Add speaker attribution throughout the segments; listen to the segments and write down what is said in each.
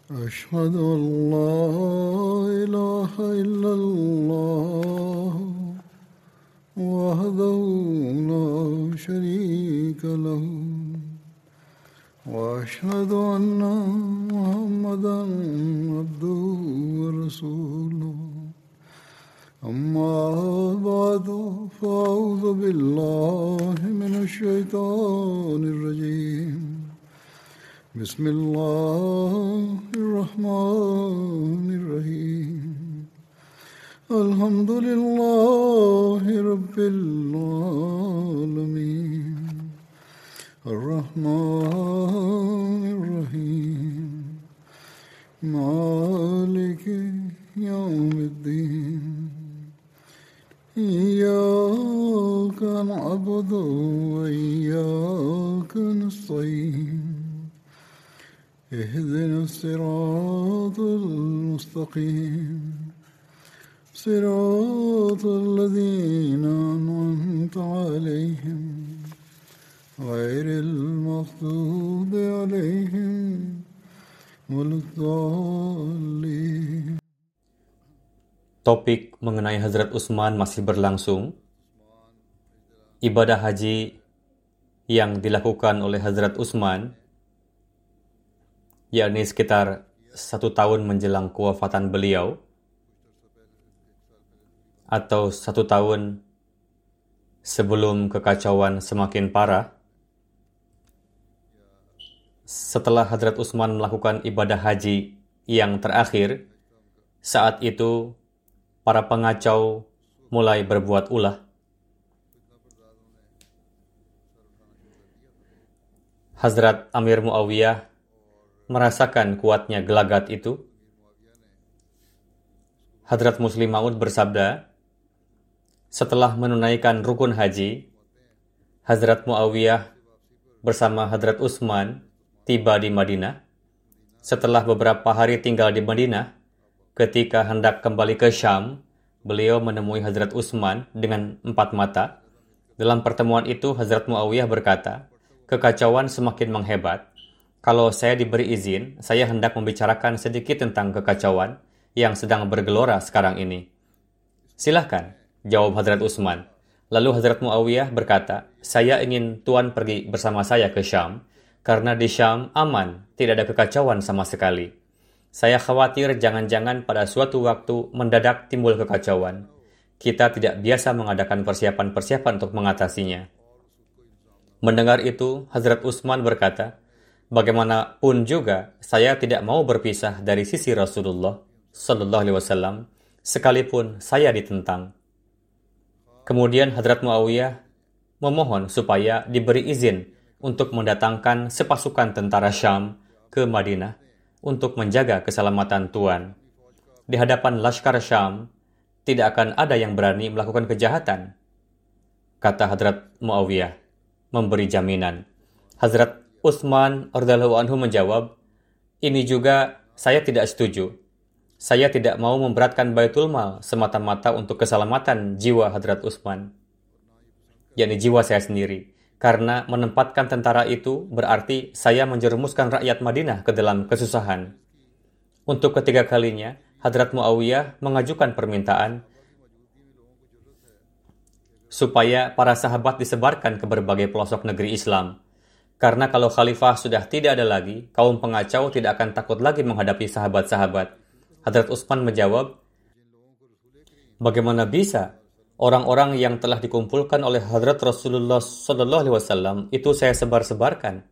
Speaker 1: أشهد أن لا إله إلا الله وحده لا شريك له وأشهد أن محمدا عبده ورسوله أما بعد فأعوذ بالله من الشيطان الرجيم بسم الله الرحمن الرحيم الحمد لله رب العالمين الرحمن الرحيم مالك يوم الدين إياك نعبد وإياك نستعين اهدنا الصراط المستقيم صراط الذين أنعمت عليهم غير المغضوب عليهم ولا الضالين.
Speaker 2: Topik mengenai Hazrat Utsman masih berlangsung. Ibadah haji yang dilakukan oleh Hazrat Utsman, yakni sekitar 1 tahun menjelang kewafatan beliau, atau 1 tahun sebelum kekacauan semakin parah. Setelah Hazrat Utsman melakukan ibadah haji yang terakhir, saat itu para pengacau mulai berbuat ulah. Hazrat Amir Muawiyah merasakan kuatnya gelagat itu. Hazrat Muslim Maud bersabda, setelah menunaikan rukun haji, Hazrat Muawiyah bersama Hazrat Utsman tiba di Madinah. Setelah beberapa hari tinggal di Madinah, ketika hendak kembali ke Syam, beliau menemui Hazrat Utsman dengan 4 mata. Dalam pertemuan itu, Hazrat Muawiyah berkata, kekacauan semakin menghebat. Kalau saya diberi izin, saya hendak membicarakan sedikit tentang kekacauan yang sedang bergelora sekarang ini. Silahkan, jawab Hazrat Utsman. Lalu Hazrat Muawiyah berkata, saya ingin Tuan pergi bersama saya ke Syam, karena di Syam aman, tidak ada kekacauan sama sekali. Saya khawatir jangan-jangan pada suatu waktu mendadak timbul kekacauan. Kita tidak biasa mengadakan persiapan-persiapan untuk mengatasinya. Mendengar itu, Hazrat Utsman berkata, bagaimanapun juga, saya tidak mau berpisah dari sisi Rasulullah Sallallahu Alaihi Wasallam, sekalipun saya ditentang. Kemudian Hazrat Muawiyah memohon supaya diberi izin untuk mendatangkan sepasukan tentara Syam ke Madinah untuk menjaga keselamatan Tuan. Di hadapan Laskar Syam, tidak akan ada yang berani melakukan kejahatan, kata Hazrat Muawiyah, memberi jaminan. Hazrat Utsman radhiyallahu anhu menjawab, ini juga saya tidak setuju. Saya tidak mau memberatkan Baitul Mal semata-mata untuk keselamatan jiwa Hazrat Utsman, yakni jiwa saya sendiri. Karena menempatkan tentara itu berarti saya menjerumuskan rakyat Madinah ke dalam kesusahan. Untuk ketiga kalinya, Hazrat Muawiyah mengajukan permintaan supaya para sahabat disebarkan ke berbagai pelosok negeri Islam. Karena kalau khalifah sudah tidak ada lagi, kaum pengacau tidak akan takut lagi menghadapi sahabat-sahabat. Hazrat Utsman menjawab, bagaimana bisa orang-orang yang telah dikumpulkan oleh Hazrat Rasulullah Sallallahu Alaihi Wasallam itu saya sebar-sebarkan?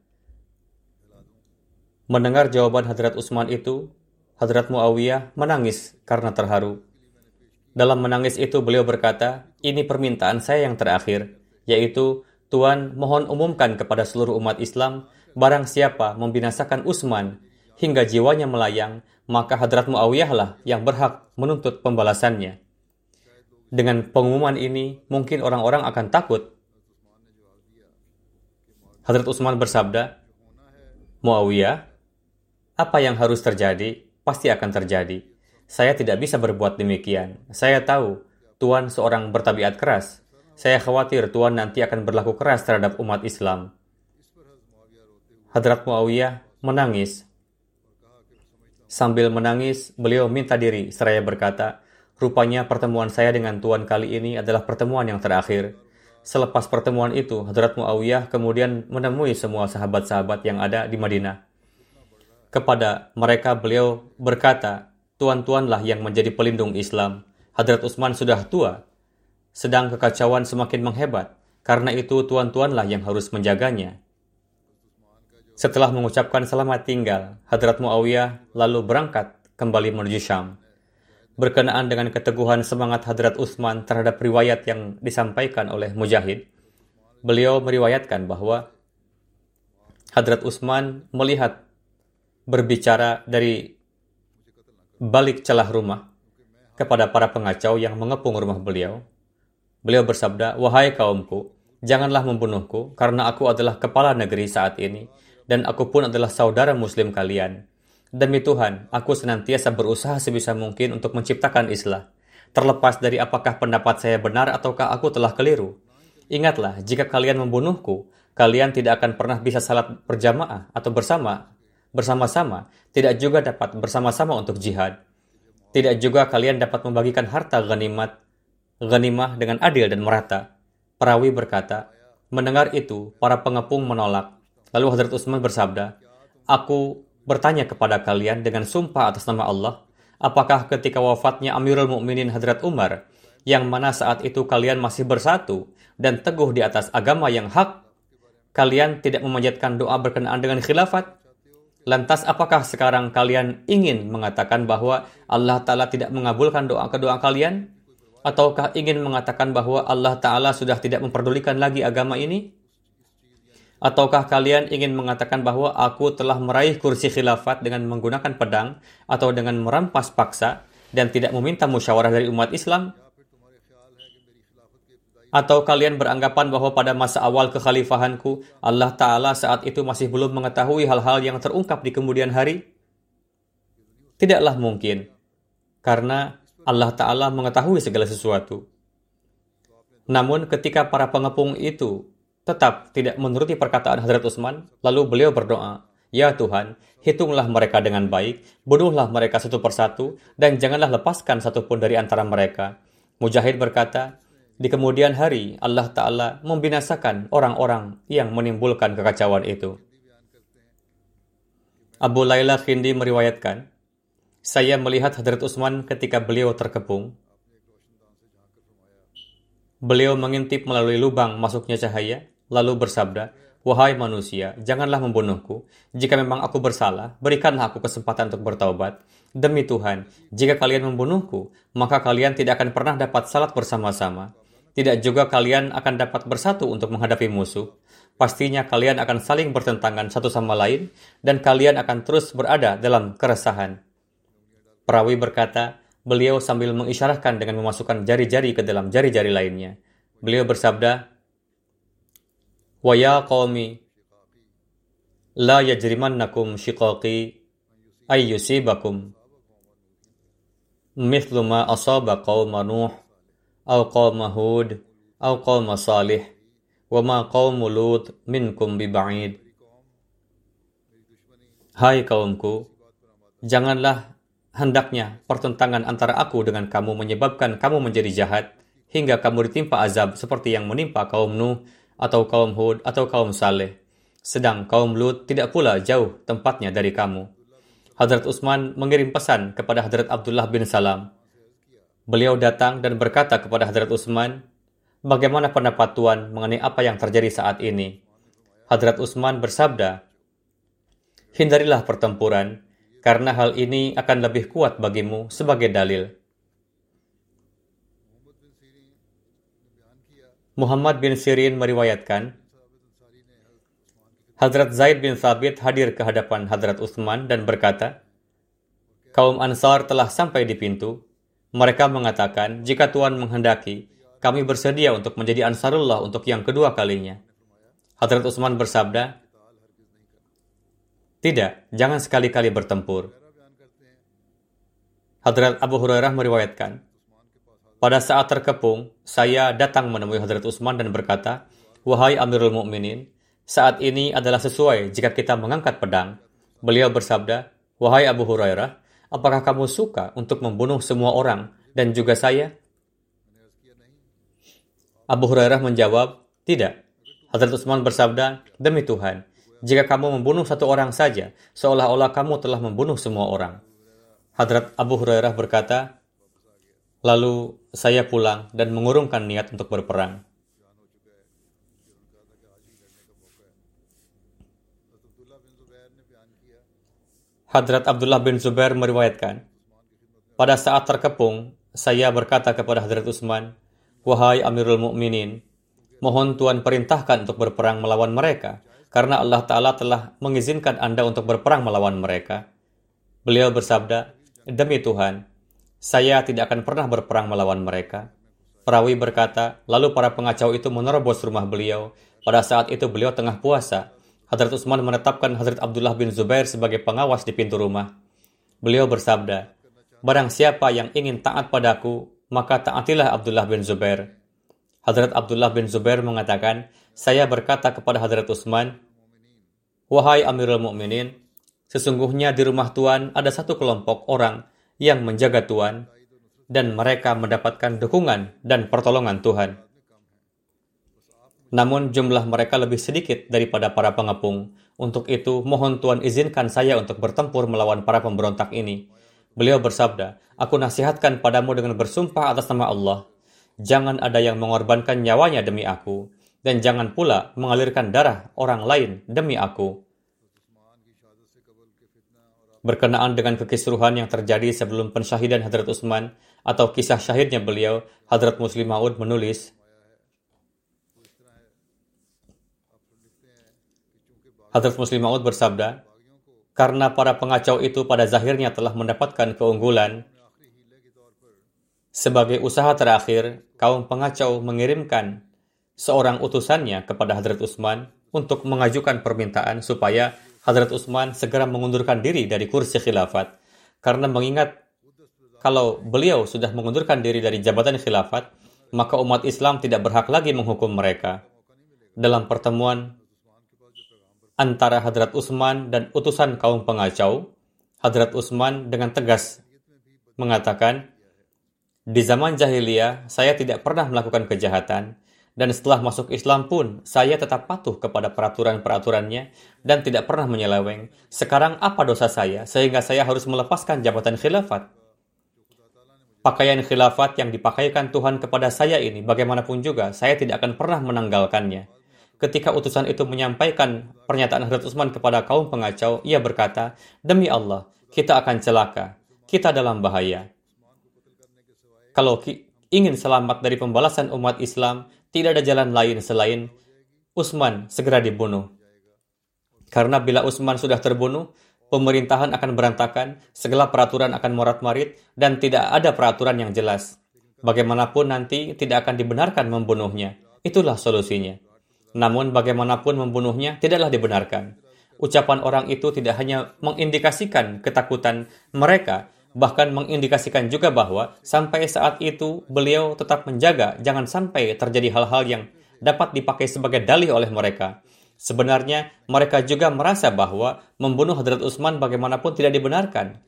Speaker 2: Mendengar jawaban Hazrat Utsman itu, Hazrat Muawiyah menangis karena terharu. Dalam menangis itu beliau berkata, ini permintaan saya yang terakhir, yaitu Tuan mohon umumkan kepada seluruh umat Islam, barang siapa membinasakan Utsman hingga jiwanya melayang, maka Hazrat Muawiyah lah yang berhak menuntut pembalasannya. Dengan pengumuman ini, mungkin orang-orang akan takut. Hazrat Utsman bersabda, Muawiyah, apa yang harus terjadi, pasti akan terjadi. Saya tidak bisa berbuat demikian. Saya tahu, Tuan seorang bertabiat keras. Saya khawatir Tuan nanti akan berlaku keras terhadap umat Islam. Hadrat Muawiyah menangis. Sambil menangis, beliau minta diri seraya berkata, "Rupanya pertemuan saya dengan Tuan kali ini adalah pertemuan yang terakhir." Selepas pertemuan itu, Hadrat Muawiyah kemudian menemui semua sahabat-sahabat yang ada di Madinah. Kepada mereka beliau berkata, "Tuan-tuanlah yang menjadi pelindung Islam. Hadrat Utsman sudah tua, sedang kekacauan semakin menghebat. Karena itu tuan-tuanlah yang harus menjaganya." Setelah mengucapkan selamat tinggal, Hadrat Muawiyah lalu berangkat kembali menuju Syam. Berkenaan dengan keteguhan semangat Hadrat Utsman terhadap riwayat yang disampaikan oleh Mujahid, beliau meriwayatkan bahwa Hadrat Utsman melihat berbicara dari balik celah rumah kepada para pengacau yang mengepung rumah beliau. Beliau bersabda, "Wahai kaumku, janganlah membunuhku karena aku adalah kepala negeri saat ini dan aku pun adalah saudara muslim kalian. Demi Tuhan, aku senantiasa berusaha sebisa mungkin untuk menciptakan islah, terlepas dari apakah pendapat saya benar ataukah aku telah keliru. Ingatlah, jika kalian membunuhku, kalian tidak akan pernah bisa salat berjamaah atau bersama-sama, tidak juga dapat bersama-sama untuk jihad. Tidak juga kalian dapat membagikan harta ghanimah dengan adil dan merata." Perawi berkata, mendengar itu, para pengepung menolak. Lalu Hadrat Utsman bersabda, "Aku bertanya kepada kalian dengan sumpah atas nama Allah, apakah ketika wafatnya Amirul Mukminin Hadrat Umar, yang mana saat itu kalian masih bersatu dan teguh di atas agama yang hak, kalian tidak memanjatkan doa berkenaan dengan khilafat? Lantas apakah sekarang kalian ingin mengatakan bahwa Allah Ta'ala tidak mengabulkan doa-doa kalian? Ataukah ingin mengatakan bahwa Allah Ta'ala sudah tidak memperdulikan lagi agama ini? Ataukah kalian ingin mengatakan bahwa aku telah meraih kursi khilafat dengan menggunakan pedang atau dengan merampas paksa dan tidak meminta musyawarah dari umat Islam? Atau kalian beranggapan bahwa pada masa awal kekhalifahanku, Allah Ta'ala saat itu masih belum mengetahui hal-hal yang terungkap di kemudian hari? Tidaklah mungkin, karena Allah Ta'ala mengetahui segala sesuatu. Namun ketika para pengepung itu tetap tidak menuruti perkataan Hadrat Utsman, lalu beliau berdoa, "Ya Tuhan, hitunglah mereka dengan baik, bunuhlah mereka satu persatu, dan janganlah lepaskan satupun dari antara mereka." Mujahid berkata, di kemudian hari Allah Ta'ala membinasakan orang-orang yang menimbulkan kekacauan itu. Abu Laila Khindi meriwayatkan, "Saya melihat Hadrat Utsman ketika beliau terkepung. Beliau mengintip melalui lubang masuknya cahaya, lalu bersabda, 'Wahai manusia, janganlah membunuhku. Jika memang aku bersalah, berikanlah aku kesempatan untuk bertaubat. Demi Tuhan, jika kalian membunuhku, maka kalian tidak akan pernah dapat salat bersama-sama. Tidak juga kalian akan dapat bersatu untuk menghadapi musuh. Pastinya kalian akan saling bertentangan satu sama lain, dan kalian akan terus berada dalam keresahan.'" Perawi berkata, beliau sambil mengisyarahkan dengan memasukkan jari-jari ke dalam jari-jari lainnya. Beliau bersabda, "Wa ya qaumi, la yajrimannakum shiqaqi ay yusibakum mithlu ma asaba qauma Nuh aw qauma Hud aw qauma Salih wa ma qaumu Lut minkum biba'id." Hai kaumku, janganlah hendaknya pertentangan antara aku dengan kamu menyebabkan kamu menjadi jahat hingga kamu ditimpa azab seperti yang menimpa kaum Nuh atau kaum Hud atau kaum Saleh. Sedang kaum Lut tidak pula jauh tempatnya dari kamu. Hadrat Utsman mengirim pesan kepada Hadrat Abdullah bin Salam. Beliau datang dan berkata kepada Hadrat Utsman, "Bagaimana pendapat Tuan mengenai apa yang terjadi saat ini?" Hadrat Utsman bersabda, "Hindarilah pertempuran, karena hal ini akan lebih kuat bagimu sebagai dalil." Muhammad bin Sirin meriwayatkan, Hadrat Zaid bin Thabit hadir ke hadapan Hadrat Utsman dan berkata, "Kaum Ansar telah sampai di pintu. Mereka mengatakan, jika Tuan menghendaki, kami bersedia untuk menjadi Ansarullah untuk yang kedua kalinya." Hadrat Utsman bersabda, "Tidak, jangan sekali-kali bertempur." Hadrat Abu Hurairah meriwayatkan, pada saat terkepung, saya datang menemui Hadrat Utsman dan berkata, "Wahai Amirul Mukminin, saat ini adalah sesuai jika kita mengangkat pedang." Beliau bersabda, Wahai Abu Hurairah, apakah kamu suka untuk membunuh semua orang dan juga saya? Abu Hurairah menjawab, tidak. Hazrat Utsman bersabda, demi Tuhan, jika kamu membunuh satu orang saja, seolah-olah kamu telah membunuh semua orang. Hazrat Abu Hurairah berkata, lalu saya pulang dan mengurungkan niat untuk berperang. Hadrat Abdullah bin Zubair meriwayatkan, pada saat terkepung, saya berkata kepada Hadrat Utsman, wahai Amirul Mukminin, mohon Tuhan perintahkan untuk berperang melawan mereka, karena Allah Ta'ala telah mengizinkan Anda untuk berperang melawan mereka. Beliau bersabda, demi Tuhan, saya tidak akan pernah berperang melawan mereka. Perawi berkata, lalu para pengacau itu menerobos rumah beliau. Pada saat itu beliau tengah puasa. Hadrat Utsman menetapkan Hadrat Abdullah bin Zubair sebagai pengawas di pintu rumah. Beliau bersabda, barang siapa yang ingin taat padaku, maka taatilah Abdullah bin Zubair. Hadrat Abdullah bin Zubair mengatakan, saya berkata kepada Hadrat Utsman, wahai Amirul Mukminin, sesungguhnya di rumah Tuan ada satu kelompok orang yang menjaga Tuan, dan mereka mendapatkan dukungan dan pertolongan Tuhan. Namun jumlah mereka lebih sedikit daripada para pengepung. Untuk itu, mohon Tuan izinkan saya untuk bertempur melawan para pemberontak ini. Beliau bersabda, aku nasihatkan padamu dengan bersumpah atas nama Allah. Jangan ada yang mengorbankan nyawanya demi aku, dan jangan pula mengalirkan darah orang lain demi aku. Berkenaan dengan kekisruhan yang terjadi sebelum pensyahidan Hadrat Utsman atau kisah syahidnya beliau, Hadrat Muslim Maud menulis, Hadrat Muslim Maud bersabda, karena para pengacau itu pada zahirnya telah mendapatkan keunggulan, sebagai usaha terakhir, kaum pengacau mengirimkan seorang utusannya kepada Hadrat Utsman untuk mengajukan permintaan supaya Hadrat Utsman segera mengundurkan diri dari kursi khilafat. Karena mengingat kalau beliau sudah mengundurkan diri dari jabatan khilafat, maka umat Islam tidak berhak lagi menghukum mereka. Dalam pertemuan antara Hadrat Utsman dan utusan kaum pengacau, Hadrat Utsman dengan tegas mengatakan, di zaman jahiliyah saya tidak pernah melakukan kejahatan, dan setelah masuk Islam pun saya tetap patuh kepada peraturan-peraturannya dan tidak pernah menyeleweng. Sekarang apa dosa saya sehingga saya harus melepaskan jabatan khilafat? Pakaian khilafat yang dipakaikan Tuhan kepada saya ini bagaimanapun juga saya tidak akan pernah menanggalkannya. Ketika utusan itu menyampaikan pernyataan Hadrat Utsman kepada kaum pengacau, ia berkata, demi Allah, kita akan celaka, kita dalam bahaya. Kalau ingin selamat dari pembalasan umat Islam, tidak ada jalan lain selain Utsman segera dibunuh. Karena bila Utsman sudah terbunuh, pemerintahan akan berantakan, segala peraturan akan morat-marit, dan tidak ada peraturan yang jelas. Bagaimanapun nanti tidak akan dibenarkan membunuhnya. Itulah solusinya. Namun bagaimanapun membunuhnya tidaklah dibenarkan. Ucapan orang itu tidak hanya mengindikasikan ketakutan mereka, bahkan mengindikasikan juga bahwa sampai saat itu beliau tetap menjaga jangan sampai terjadi hal-hal yang dapat dipakai sebagai dalih oleh mereka. Sebenarnya mereka juga merasa bahwa membunuh Hadrat Utsman bagaimanapun tidak dibenarkan.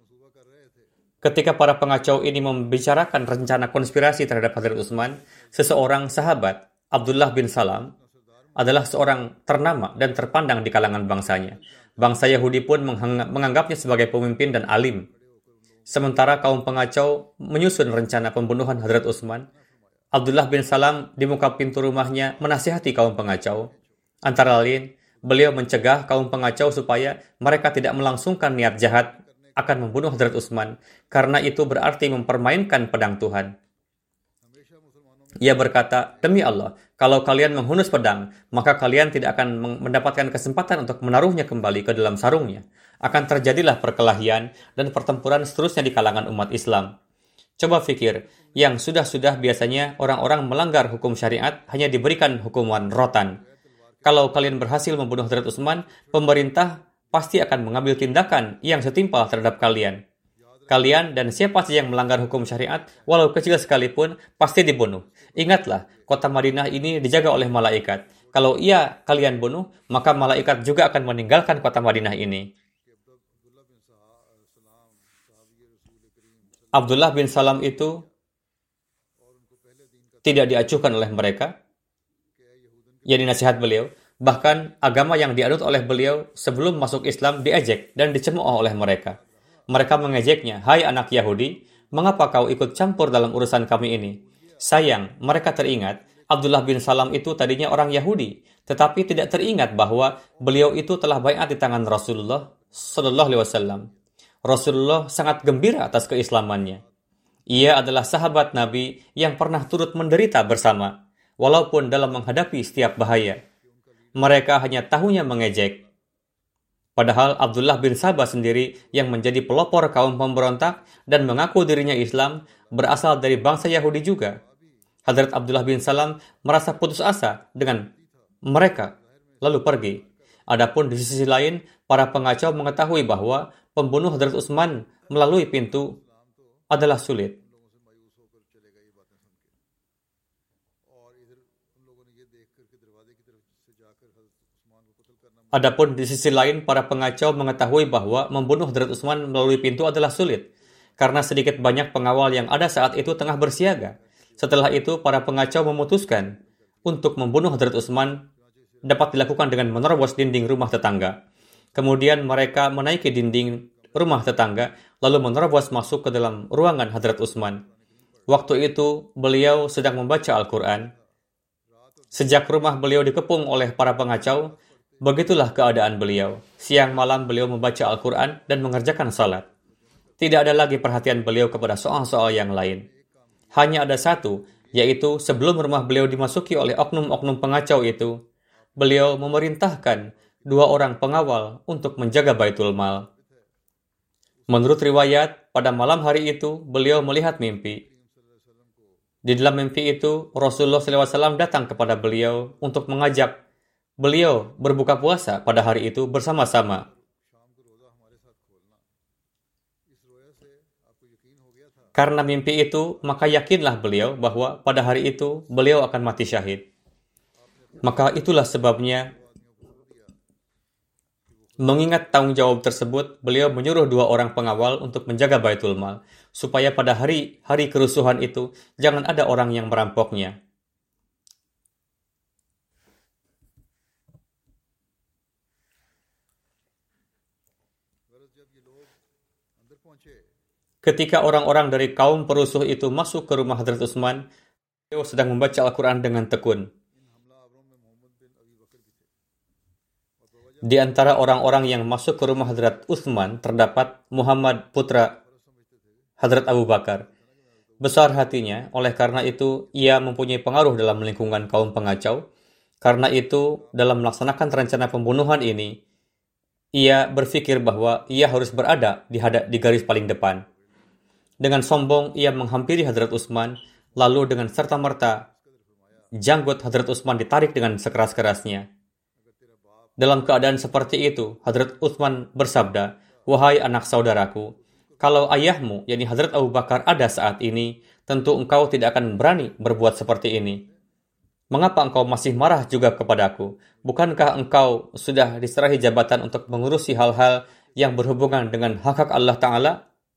Speaker 2: Ketika para pengacau ini membicarakan rencana konspirasi terhadap Hadrat Utsman, seseorang sahabat, Abdullah bin Salam, adalah seorang ternama dan terpandang di kalangan bangsanya. Bangsa Yahudi pun menganggapnya sebagai pemimpin dan alim. Sementara kaum pengacau menyusun rencana pembunuhan Hadrat Utsman, Abdullah bin Salam di muka pintu rumahnya menasihati kaum pengacau. Antara lain, beliau mencegah kaum pengacau supaya mereka tidak melangsungkan niat jahat akan membunuh Hadrat Utsman, karena itu berarti mempermainkan pedang Tuhan. Ia berkata, demi Allah, kalau kalian menghunus pedang, maka kalian tidak akan mendapatkan kesempatan untuk menaruhnya kembali ke dalam sarungnya. Akan terjadilah perkelahian dan pertempuran seterusnya di kalangan umat Islam. Coba pikir, yang sudah-sudah biasanya orang-orang melanggar hukum syariat hanya diberikan hukuman rotan. Kalau kalian berhasil membunuh Hadrat Utsman, pemerintah pasti akan mengambil tindakan yang setimpal terhadap kalian. Kalian dan siapa saja yang melanggar hukum syariat, walau kecil sekalipun, pasti dibunuh. Ingatlah, kota Madinah ini dijaga oleh malaikat. Kalau kalian bunuh, maka malaikat juga akan meninggalkan kota Madinah ini. Abdullah bin Salam itu tidak diacuhkan oleh mereka, yakni nasihat beliau. Bahkan agama yang dianut oleh beliau sebelum masuk Islam diejek dan dicemooh oleh mereka. Mereka mengejeknya, "Hai anak Yahudi, mengapa kau ikut campur dalam urusan kami ini?" Sayang, mereka teringat Abdullah bin Salam itu tadinya orang Yahudi, tetapi tidak teringat bahwa beliau itu telah baiat di tangan Rasulullah Sallallahu Alaihi Wasallam. Rasulullah sangat gembira atas keislamannya. Ia adalah sahabat Nabi yang pernah turut menderita bersama, walaupun dalam menghadapi setiap bahaya. Mereka hanya tahunya mengejek. Padahal Abdullah bin Sabah sendiri yang menjadi pelopor kaum pemberontak dan mengaku dirinya Islam berasal dari bangsa Yahudi juga. Hadrat Abdullah bin Salam merasa putus asa dengan mereka, lalu pergi. Adapun di sisi lain, para pengacau mengetahui bahwa pembunuh Hadrat Utsman melalui pintu adalah sulit. Adapun di sisi lain, para pengacau mengetahui bahwa membunuh Hadrat Utsman melalui pintu adalah sulit, karena sedikit banyak pengawal yang ada saat itu tengah bersiaga. Setelah itu, para pengacau memutuskan untuk membunuh Hadrat Utsman dapat dilakukan dengan menerobos dinding rumah tetangga. Kemudian mereka menaiki dinding rumah tetangga, lalu menerobos masuk ke dalam ruangan Hadrat Utsman. Waktu itu, beliau sedang membaca Al-Quran. Sejak rumah beliau dikepung oleh para pengacau, begitulah keadaan beliau. Siang malam beliau membaca Al-Quran dan mengerjakan salat. Tidak ada lagi perhatian beliau kepada soal-soal yang lain. Hanya ada satu, yaitu sebelum rumah beliau dimasuki oleh oknum-oknum pengacau itu, beliau memerintahkan 2 orang pengawal untuk menjaga Baitul Mal. Menurut riwayat, pada malam hari itu, beliau melihat mimpi. Di dalam mimpi itu, Rasulullah SAW datang kepada beliau untuk mengajak beliau berbuka puasa pada hari itu bersama-sama. Karena mimpi itu, maka yakinlah beliau bahwa pada hari itu beliau akan mati syahid. Maka itulah sebabnya, mengingat tanggung jawab tersebut, beliau menyuruh 2 orang pengawal untuk menjaga Baitul Mal, supaya pada hari kerusuhan itu jangan ada orang yang merampoknya. Ketika orang-orang dari kaum perusuh itu masuk ke rumah Hadrat Utsman, beliau sedang membaca Al-Quran dengan tekun. Di antara orang-orang yang masuk ke rumah Hadrat Utsman terdapat Muhammad putra Hadrat Abu Bakar. Besar hatinya, oleh karena itu ia mempunyai pengaruh dalam lingkungan kaum pengacau. Karena itu, dalam melaksanakan rencana pembunuhan ini, ia berpikir bahwa ia harus berada di garis paling depan. Dengan sombong, ia menghampiri Hadrat Utsman, lalu dengan serta-merta, janggut Hadrat Utsman ditarik dengan sekeras-kerasnya. Dalam keadaan seperti itu, Hadrat Utsman bersabda, "Wahai anak saudaraku, kalau ayahmu, yakni Hadrat Abu Bakar ada saat ini, tentu engkau tidak akan berani berbuat seperti ini. Mengapa engkau masih marah juga kepadaku? Bukankah engkau sudah diserahi jabatan untuk mengurusi hal-hal yang berhubungan dengan hak-hak Allah Ta'ala?"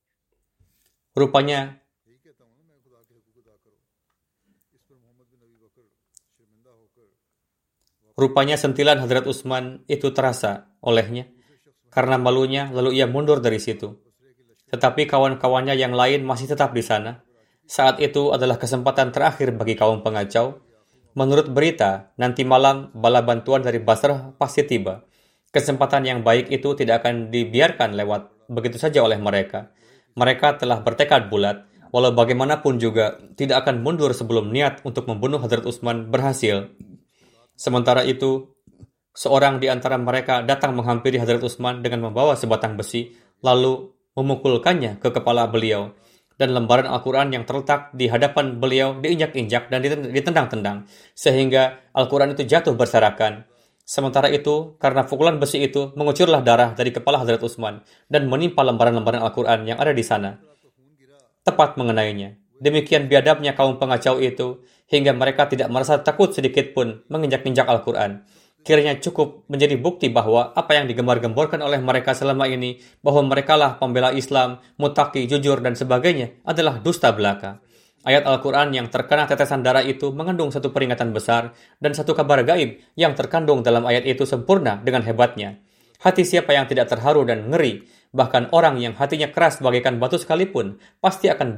Speaker 2: Rupanya sentilan Hadrat Utsman itu terasa olehnya. Karena malunya, lalu ia mundur dari situ. Tetapi kawan-kawannya yang lain masih tetap di sana. Saat itu adalah kesempatan terakhir bagi kaum pengacau. Menurut berita, nanti malam bala bantuan dari Basrah pasti tiba. Kesempatan yang baik itu tidak akan dibiarkan lewat begitu saja oleh mereka. Mereka telah bertekad bulat, walau bagaimanapun juga tidak akan mundur sebelum niat untuk membunuh Hadrat Utsman berhasil. Sementara itu, seorang di antara mereka datang menghampiri Hadrat Utsman dengan membawa sebatang besi, lalu memukulkannya ke kepala beliau, dan lembaran Al-Quran yang terletak di hadapan beliau diinjak-injak dan ditendang-tendang, sehingga Al-Quran itu jatuh berserakan. Sementara itu, karena pukulan besi itu, mengucurlah darah dari kepala Hadrat Utsman dan menimpa lembaran-lembaran Al-Quran yang ada di sana, tepat mengenainya. Demikian biadabnya kaum pengacau itu, hingga mereka tidak merasa takut sedikit pun menginjak-injak Al-Quran. kiranya cukup menjadi bukti bahwa apa yang digembar-gemborkan oleh mereka selama ini, bahwa merekalah pembela Islam, mutaki, jujur, dan sebagainya, adalah dusta belaka. Ayat Al-Quran yang terkena tetesan darah itu mengandung satu peringatan besar dan satu kabar gaib yang terkandung dalam ayat itu sempurna dengan hebatnya. Hati siapa yang tidak terharu dan ngeri, bahkan orang yang hatinya keras bagaikan batu sekalipun, pasti akan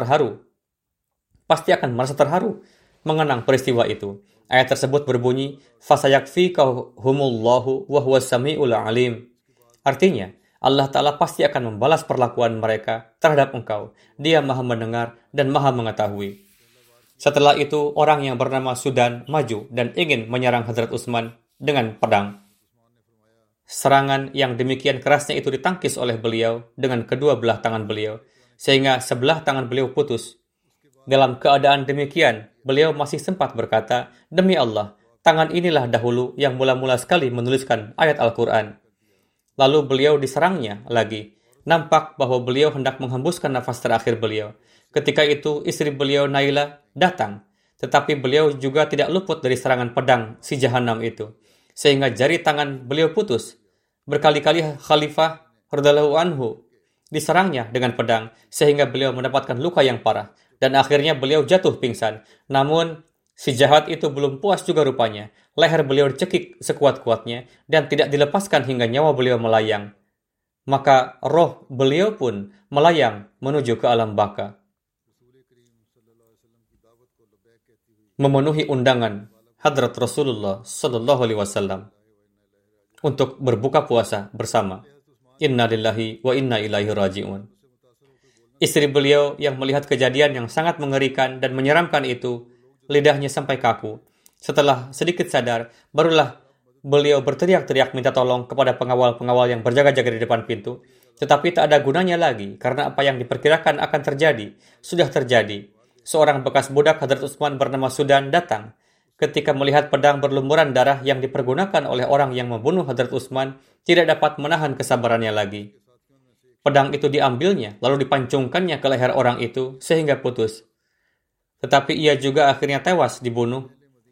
Speaker 2: merasa terharu mengenang peristiwa itu. Ayat tersebut berbunyi, "Fasayakfikahumullahu wa huwas samiul alim." Artinya, Allah Ta'ala pasti akan membalas perlakuan mereka terhadap engkau. Dia Maha mendengar dan Maha mengetahui. Setelah itu, orang yang bernama Sudan maju dan ingin menyerang Hadrat Utsman dengan pedang. Serangan yang demikian kerasnya itu ditangkis oleh beliau dengan kedua belah tangan beliau, sehingga sebelah tangan beliau putus. Dalam keadaan demikian, beliau masih sempat berkata, "Demi Allah, tangan inilah dahulu yang mula-mula sekali menuliskan ayat Al-Quran." Lalu beliau diserangnya lagi. Nampak bahwa beliau hendak menghembuskan nafas terakhir beliau. Ketika itu, istri beliau Naila datang. Tetapi beliau juga tidak luput dari serangan pedang si Jahannam itu, sehingga jari tangan beliau putus. Berkali-kali Khalifah radhiyallahu anhu diserangnya dengan pedang, sehingga beliau mendapatkan luka yang parah. Dan akhirnya beliau jatuh pingsan. Namun, si jahat itu belum puas juga rupanya. Leher beliau dicekik sekuat-kuatnya dan tidak dilepaskan hingga nyawa beliau melayang. Maka roh beliau pun melayang menuju ke alam baka. Memenuhi undangan Hadrat Rasulullah Sallallahu Alaihi Wasallam untuk berbuka puasa bersama. Inna lillahi wa inna ilaihi raji'un. Istri beliau yang melihat kejadian yang sangat mengerikan dan menyeramkan itu, lidahnya sampai kaku. Setelah sedikit sadar, barulah beliau berteriak-teriak minta tolong kepada pengawal-pengawal yang berjaga-jaga di depan pintu. Tetapi tak ada gunanya lagi, karena apa yang diperkirakan akan terjadi, sudah terjadi. Seorang bekas budak Hadrat Utsman bernama Sudan datang. Ketika melihat pedang berlumuran darah yang dipergunakan oleh orang yang membunuh Hadrat Utsman, tidak dapat menahan kesabarannya lagi. Pedang itu diambilnya, lalu dipancungkannya ke leher orang itu, sehingga putus. Tetapi ia juga akhirnya tewas dibunuh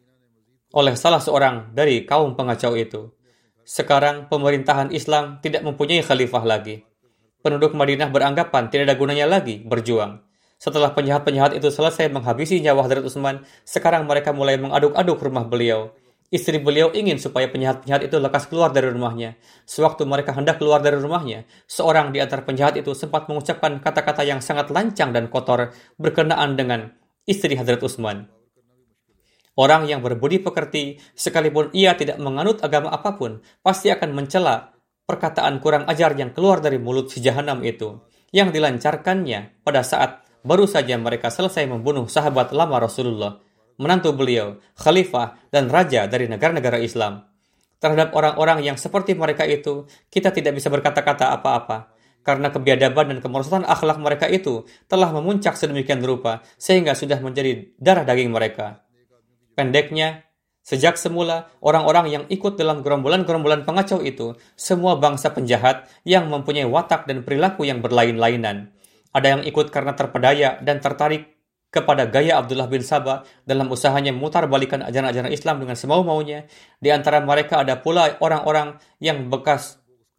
Speaker 2: oleh salah seorang dari kaum pengacau itu. Sekarang pemerintahan Islam tidak mempunyai khalifah lagi. Penduduk Madinah beranggapan tidak ada gunanya lagi berjuang. Setelah penjahat-penjahat itu selesai menghabisi nyawa Hadrat Utsman, sekarang mereka mulai mengaduk-aduk rumah beliau. Istri beliau ingin supaya penjahat-penjahat itu lekas keluar dari rumahnya. Sewaktu mereka hendak keluar dari rumahnya, seorang di antara penjahat itu sempat mengucapkan kata-kata yang sangat lancang dan kotor berkenaan dengan istri Hadrat Utsman. Orang yang berbudi pekerti, sekalipun ia tidak menganut agama apapun, pasti akan mencela perkataan kurang ajar yang keluar dari mulut si Jahannam itu, yang dilancarkannya pada saat baru saja mereka selesai membunuh sahabat lama Rasulullah, menantu beliau, khalifah, dan raja dari negara-negara Islam. Terhadap orang-orang yang seperti mereka itu, kita tidak bisa berkata-kata apa-apa, karena kebiadaban dan kemerosotan akhlak mereka itu telah memuncak sedemikian rupa, sehingga sudah menjadi darah daging mereka. Pendeknya, sejak semula, orang-orang yang ikut dalam gerombolan-gerombolan pengacau itu, semua bangsa penjahat yang mempunyai watak dan perilaku yang berlain-lainan. Ada yang ikut karena terpedaya dan tertarik kepada gaya Abdullah bin Sabah dalam usahanya memutar balikan ajaran-ajaran Islam dengan semau-maunya. Di antara mereka ada pula orang-orang bekas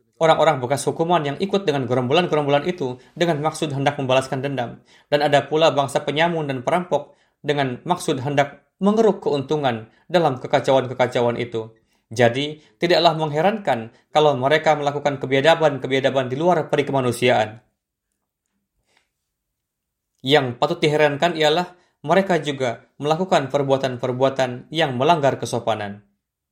Speaker 2: hukuman yang ikut dengan gerombolan-gerombolan itu dengan maksud hendak membalaskan dendam. Dan ada pula bangsa penyamun dan perampok dengan maksud hendak mengeruk keuntungan dalam kekacauan-kekacauan itu. Jadi, tidaklah mengherankan kalau mereka melakukan kebiadaban-kebiadaban di luar peri kemanusiaan. Yang patut diherankan ialah mereka juga melakukan perbuatan-perbuatan yang melanggar kesopanan.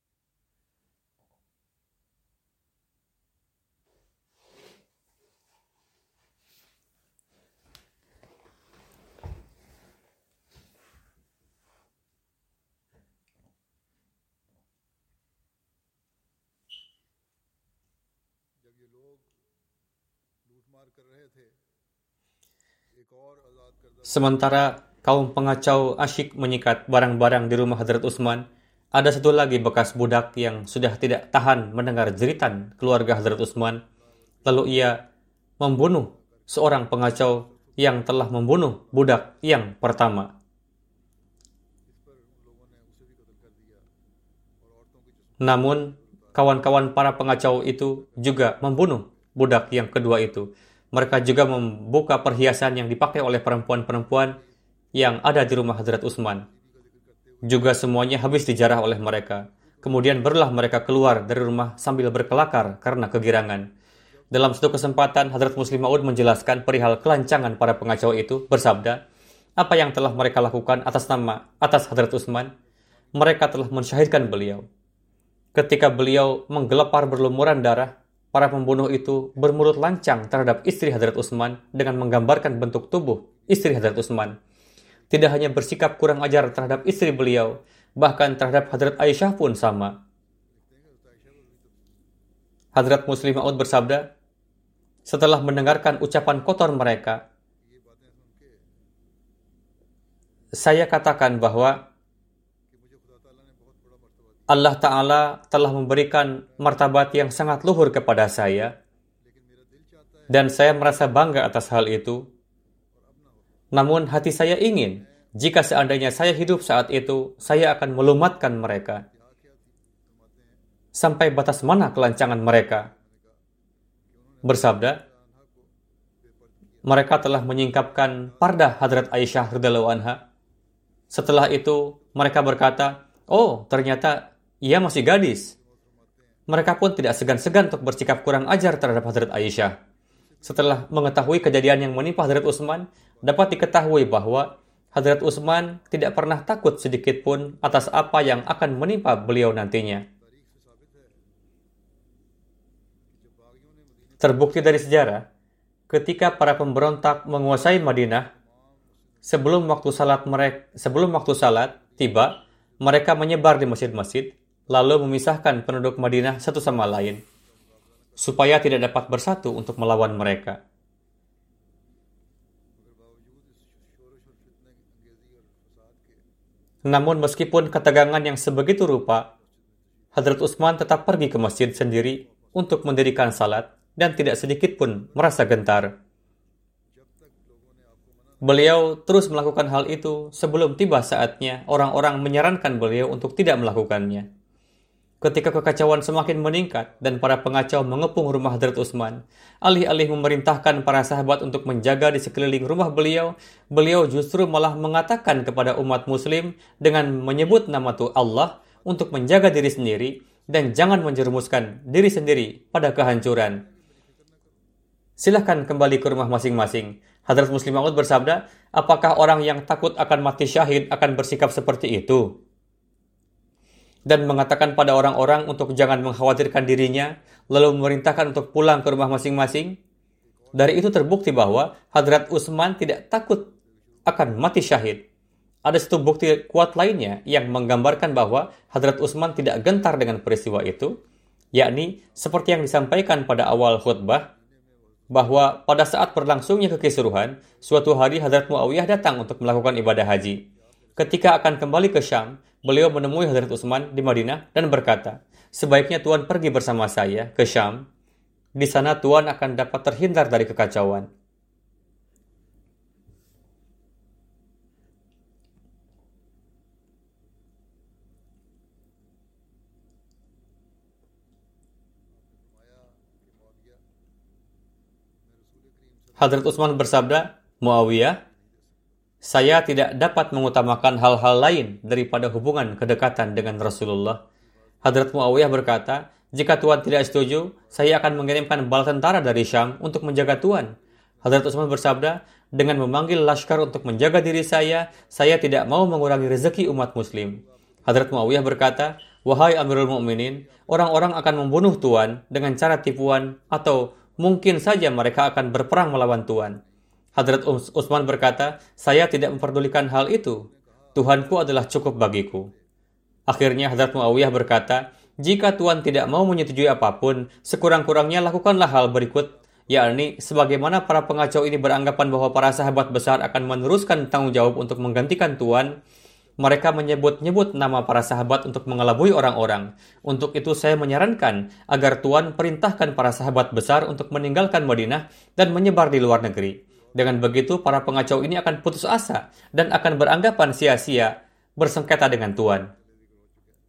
Speaker 2: Sementara kaum pengacau asyik menyikat barang-barang di rumah Hadrat Utsman, ada satu lagi bekas budak yang sudah tidak tahan mendengar jeritan keluarga Hadrat Utsman. Lalu ia membunuh seorang pengacau yang telah membunuh budak yang pertama. Namun, kawan-kawan para pengacau itu juga membunuh budak yang kedua itu. Mereka juga membuka perhiasan yang dipakai oleh perempuan-perempuan yang ada di rumah Hadrat Utsman. Juga semuanya habis dijarah oleh mereka. Kemudian barulah mereka keluar dari rumah sambil berkelakar karena kegirangan. Dalam satu kesempatan, Hadrat Muslim Maud menjelaskan perihal kelancangan para pengacau itu, bersabda, apa yang telah mereka lakukan atas Hadrat Utsman, mereka telah mensyahidkan beliau. Ketika beliau menggelepar berlumuran darah, para pembunuh itu bermulut lancang terhadap istri Hadrat Utsman dengan menggambarkan bentuk tubuh istri Hadrat Utsman. Tidak hanya bersikap kurang ajar terhadap istri beliau, bahkan terhadap Hadrat Aisyah pun sama. Hadrat Muslim Maud bersabda, setelah mendengarkan ucapan kotor mereka, saya katakan bahwa Allah Ta'ala telah memberikan martabat yang sangat luhur kepada saya, dan saya merasa bangga atas hal itu. Namun hati saya ingin, jika seandainya saya hidup saat itu, saya akan melumatkan mereka. Sampai batas mana kelancangan mereka? Bersabda, mereka telah menyingkapkan pardah Hadrat Aisyah radhiyallahu anha. Setelah itu, mereka berkata, oh, ternyata ia masih gadis. Mereka pun tidak segan-segan untuk bersikap kurang ajar terhadap Hadrat Aisyah. Setelah mengetahui kejadian yang menimpa Hadrat Utsman, dapat diketahui bahwa Hadrat Utsman tidak pernah takut sedikit pun atas apa yang akan menimpa beliau nantinya. Terbukti dari sejarah, ketika para pemberontak menguasai Madinah, sebelum waktu salat tiba, mereka menyebar di masjid-masjid, lalu memisahkan penduduk Madinah satu sama lain, supaya tidak dapat bersatu untuk melawan mereka. Namun meskipun ketegangan yang sebegitu rupa, Hadrat Utsman tetap pergi ke masjid sendiri untuk mendirikan salat dan tidak sedikit pun merasa gentar. Beliau terus melakukan hal itu sebelum tiba saatnya orang-orang menyarankan beliau untuk tidak melakukannya. Ketika kekacauan semakin meningkat dan para pengacau mengepung rumah Hadrat Utsman, alih-alih memerintahkan para sahabat untuk menjaga di sekeliling rumah beliau, beliau justru malah mengatakan kepada umat muslim dengan menyebut nama Tuhan Allah untuk menjaga diri sendiri dan jangan menjerumuskan diri sendiri pada kehancuran. Silahkan kembali ke rumah masing-masing. Hadrat Muslim Maud bersabda, apakah orang yang takut akan mati syahid akan bersikap seperti itu? Dan mengatakan pada orang-orang untuk jangan mengkhawatirkan dirinya, lalu memerintahkan untuk pulang ke rumah masing-masing. Dari itu terbukti bahwa Hadrat Utsman tidak takut akan mati syahid. Ada satu bukti kuat lainnya yang menggambarkan bahwa Hadrat Utsman tidak gentar dengan peristiwa itu, yakni seperti yang disampaikan pada awal khutbah, bahwa pada saat berlangsungnya kekisruhan, suatu hari Hadrat Muawiyah datang untuk melakukan ibadah haji. Ketika akan kembali ke Syam, beliau menemui Hadrat Utsman di Madinah dan berkata, sebaiknya Tuan pergi bersama saya ke Syam. Di sana Tuan akan dapat terhindar dari kekacauan. Hadrat Utsman bersabda, Muawiyah, saya tidak dapat mengutamakan hal-hal lain daripada hubungan kedekatan dengan Rasulullah. Hadrat Muawiyah berkata, jika Tuan tidak setuju, saya akan mengirimkan bala tentara dari Syam untuk menjaga Tuan. Hadrat Utsman bersabda, dengan memanggil laskar untuk menjaga diri saya tidak mau mengurangi rezeki umat muslim. Hadrat Muawiyah berkata, wahai Amirul Mukminin, orang-orang akan membunuh Tuan dengan cara tipuan atau mungkin saja mereka akan berperang melawan Tuan. Hadrat Utsman berkata, saya tidak memperdulikan hal itu. Tuhanku adalah cukup bagiku. Akhirnya Hadrat Muawiyah berkata, jika Tuan tidak mau menyetujui apapun, sekurang-kurangnya lakukanlah hal berikut, yakni sebagaimana para pengacau ini beranggapan bahwa para sahabat besar akan meneruskan tanggung jawab untuk menggantikan Tuan. Mereka menyebut-nyebut nama para sahabat untuk mengelabui orang-orang. Untuk itu saya menyarankan agar Tuan perintahkan para sahabat besar untuk meninggalkan Madinah dan menyebar di luar negeri. Dengan begitu para pengacau ini akan putus asa dan akan beranggapan sia-sia bersengketa dengan Tuan.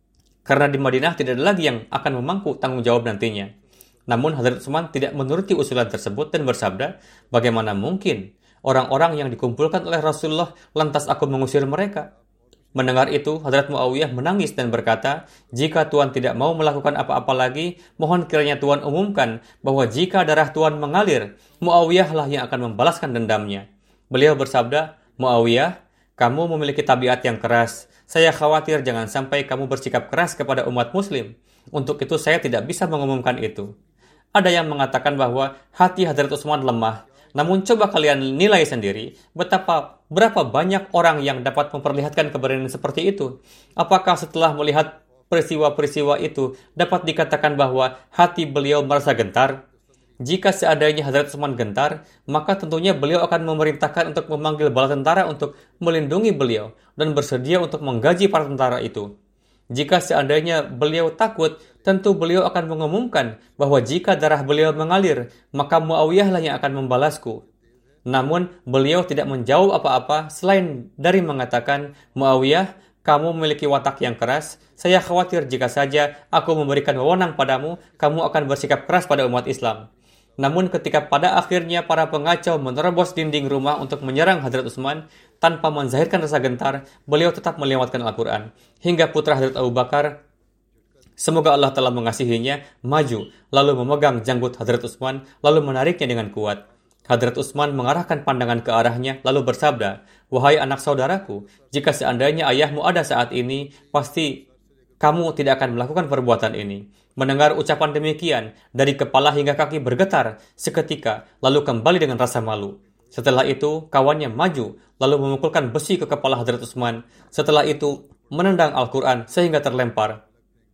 Speaker 2: karena di Madinah tidak ada lagi yang akan memangku tanggung jawab nantinya. Namun Hazrat Utsman tidak menuruti usulan tersebut dan bersabda, bagaimana mungkin orang-orang yang dikumpulkan oleh Rasulullah lantas aku mengusir mereka? Mendengar itu, Hazrat Muawiyah menangis dan berkata, jika Tuan tidak mau melakukan apa-apa lagi, mohon kiranya Tuan umumkan bahwa jika darah Tuan mengalir, Muawiyah lah yang akan membalaskan dendamnya. Beliau bersabda, Muawiyah, kamu memiliki tabiat yang keras. Saya khawatir jangan sampai kamu bersikap keras kepada umat muslim. Untuk itu saya tidak bisa mengumumkan itu. Ada yang mengatakan bahwa hati Hazrat Utsman lemah. Namun coba kalian nilai sendiri berapa banyak orang yang dapat memperlihatkan keberanian seperti itu. Apakah setelah melihat peristiwa-peristiwa itu dapat dikatakan bahwa hati beliau merasa gentar? Jika seandainya Hazrat Utsman gentar, maka tentunya beliau akan memerintahkan untuk memanggil bala tentara untuk melindungi beliau dan bersedia untuk menggaji para tentara itu. Jika seandainya beliau takut, tentu beliau akan mengumumkan bahwa jika darah beliau mengalir, maka Muawiyah lah yang akan membalasku. Namun, beliau tidak menjawab apa-apa selain dari mengatakan, Muawiyah, kamu memiliki watak yang keras. Saya khawatir jika saja aku memberikan wewenang padamu, kamu akan bersikap keras pada umat Islam. Namun ketika pada akhirnya para pengacau menerobos dinding rumah untuk menyerang Hazrat Utsman, tanpa menzahirkan rasa gentar, beliau tetap melewatkan Al-Quran. Hingga putra Hazrat Abu Bakar, semoga Allah telah mengasihinya, maju, lalu memegang janggut Hazrat Utsman, lalu menariknya dengan kuat. Hazrat Utsman mengarahkan pandangan ke arahnya, lalu bersabda, wahai anak saudaraku, jika seandainya ayahmu ada saat ini, pasti kamu tidak akan melakukan perbuatan ini. Mendengar ucapan demikian, dari kepala hingga kaki bergetar seketika, lalu kembali dengan rasa malu. Setelah itu, kawannya maju, lalu memukulkan besi ke kepala Hazrat Utsman. Setelah itu, menendang Al-Quran sehingga terlempar.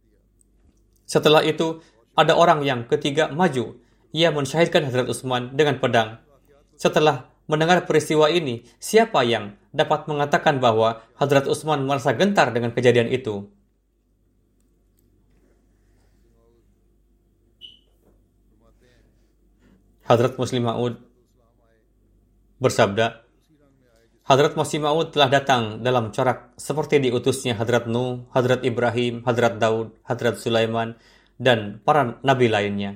Speaker 2: Setelah itu, ada orang yang ketiga maju. Ia mensyahidkan Hazrat Utsman dengan pedang. Setelah mendengar peristiwa ini, siapa yang dapat mengatakan bahwa Hazrat Utsman merasa gentar dengan kejadian itu? Hadrat Muslim Maud bersabda, Hadrat Masih Maud telah datang dalam corak seperti diutusnya Hadrat Nuh, Hadrat Ibrahim, Hadrat Daud, Hadrat Sulaiman, dan para nabi lainnya.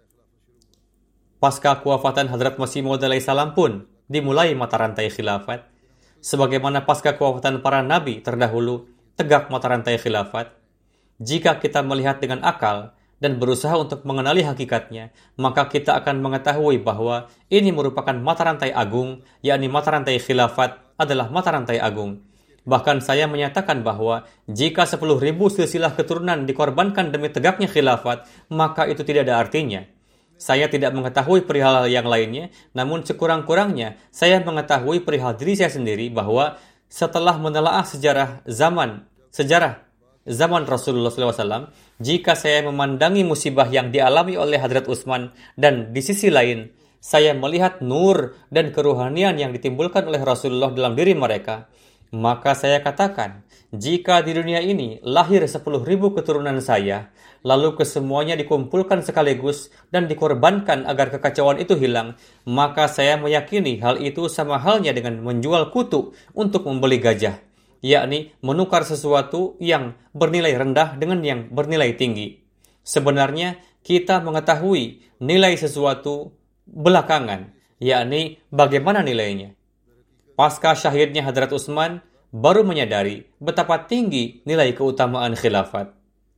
Speaker 2: Pasca kewafatan Hadrat Masih Maud alaihissalam pun dimulai mata rantai khilafat. Sebagaimana pasca kewafatan para nabi terdahulu, tegak mata rantai khilafat. Jika kita melihat dengan akal dan berusaha untuk mengenali hakikatnya, maka kita akan mengetahui bahwa ini merupakan mata rantai agung, yakni mata rantai khilafat adalah mata rantai agung. Bahkan saya menyatakan bahwa jika 10.000 silsilah keturunan dikorbankan demi tegaknya khilafat, maka itu tidak ada artinya. Saya tidak mengetahui perihal yang lainnya, namun sekurang-kurangnya saya mengetahui perihal diri saya sendiri bahwa setelah menelaah sejarah zaman Rasulullah SAW, jika saya memandangi musibah yang dialami oleh Hadrat Utsman dan di sisi lain, saya melihat nur dan keruhanian yang ditimbulkan oleh Rasulullah dalam diri mereka, maka saya katakan, jika di dunia ini lahir 10.000 keturunan saya, lalu kesemuanya dikumpulkan sekaligus dan dikorbankan agar kekacauan itu hilang, maka saya meyakini hal itu sama halnya dengan menjual kutu untuk membeli gajah, yakni menukar sesuatu yang bernilai rendah dengan yang bernilai tinggi. Sebenarnya kita mengetahui nilai sesuatu belakangan, yakni bagaimana nilainya. Pasca syahidnya Hadrat Utsman, baru menyadari betapa tinggi nilai keutamaan khilafat.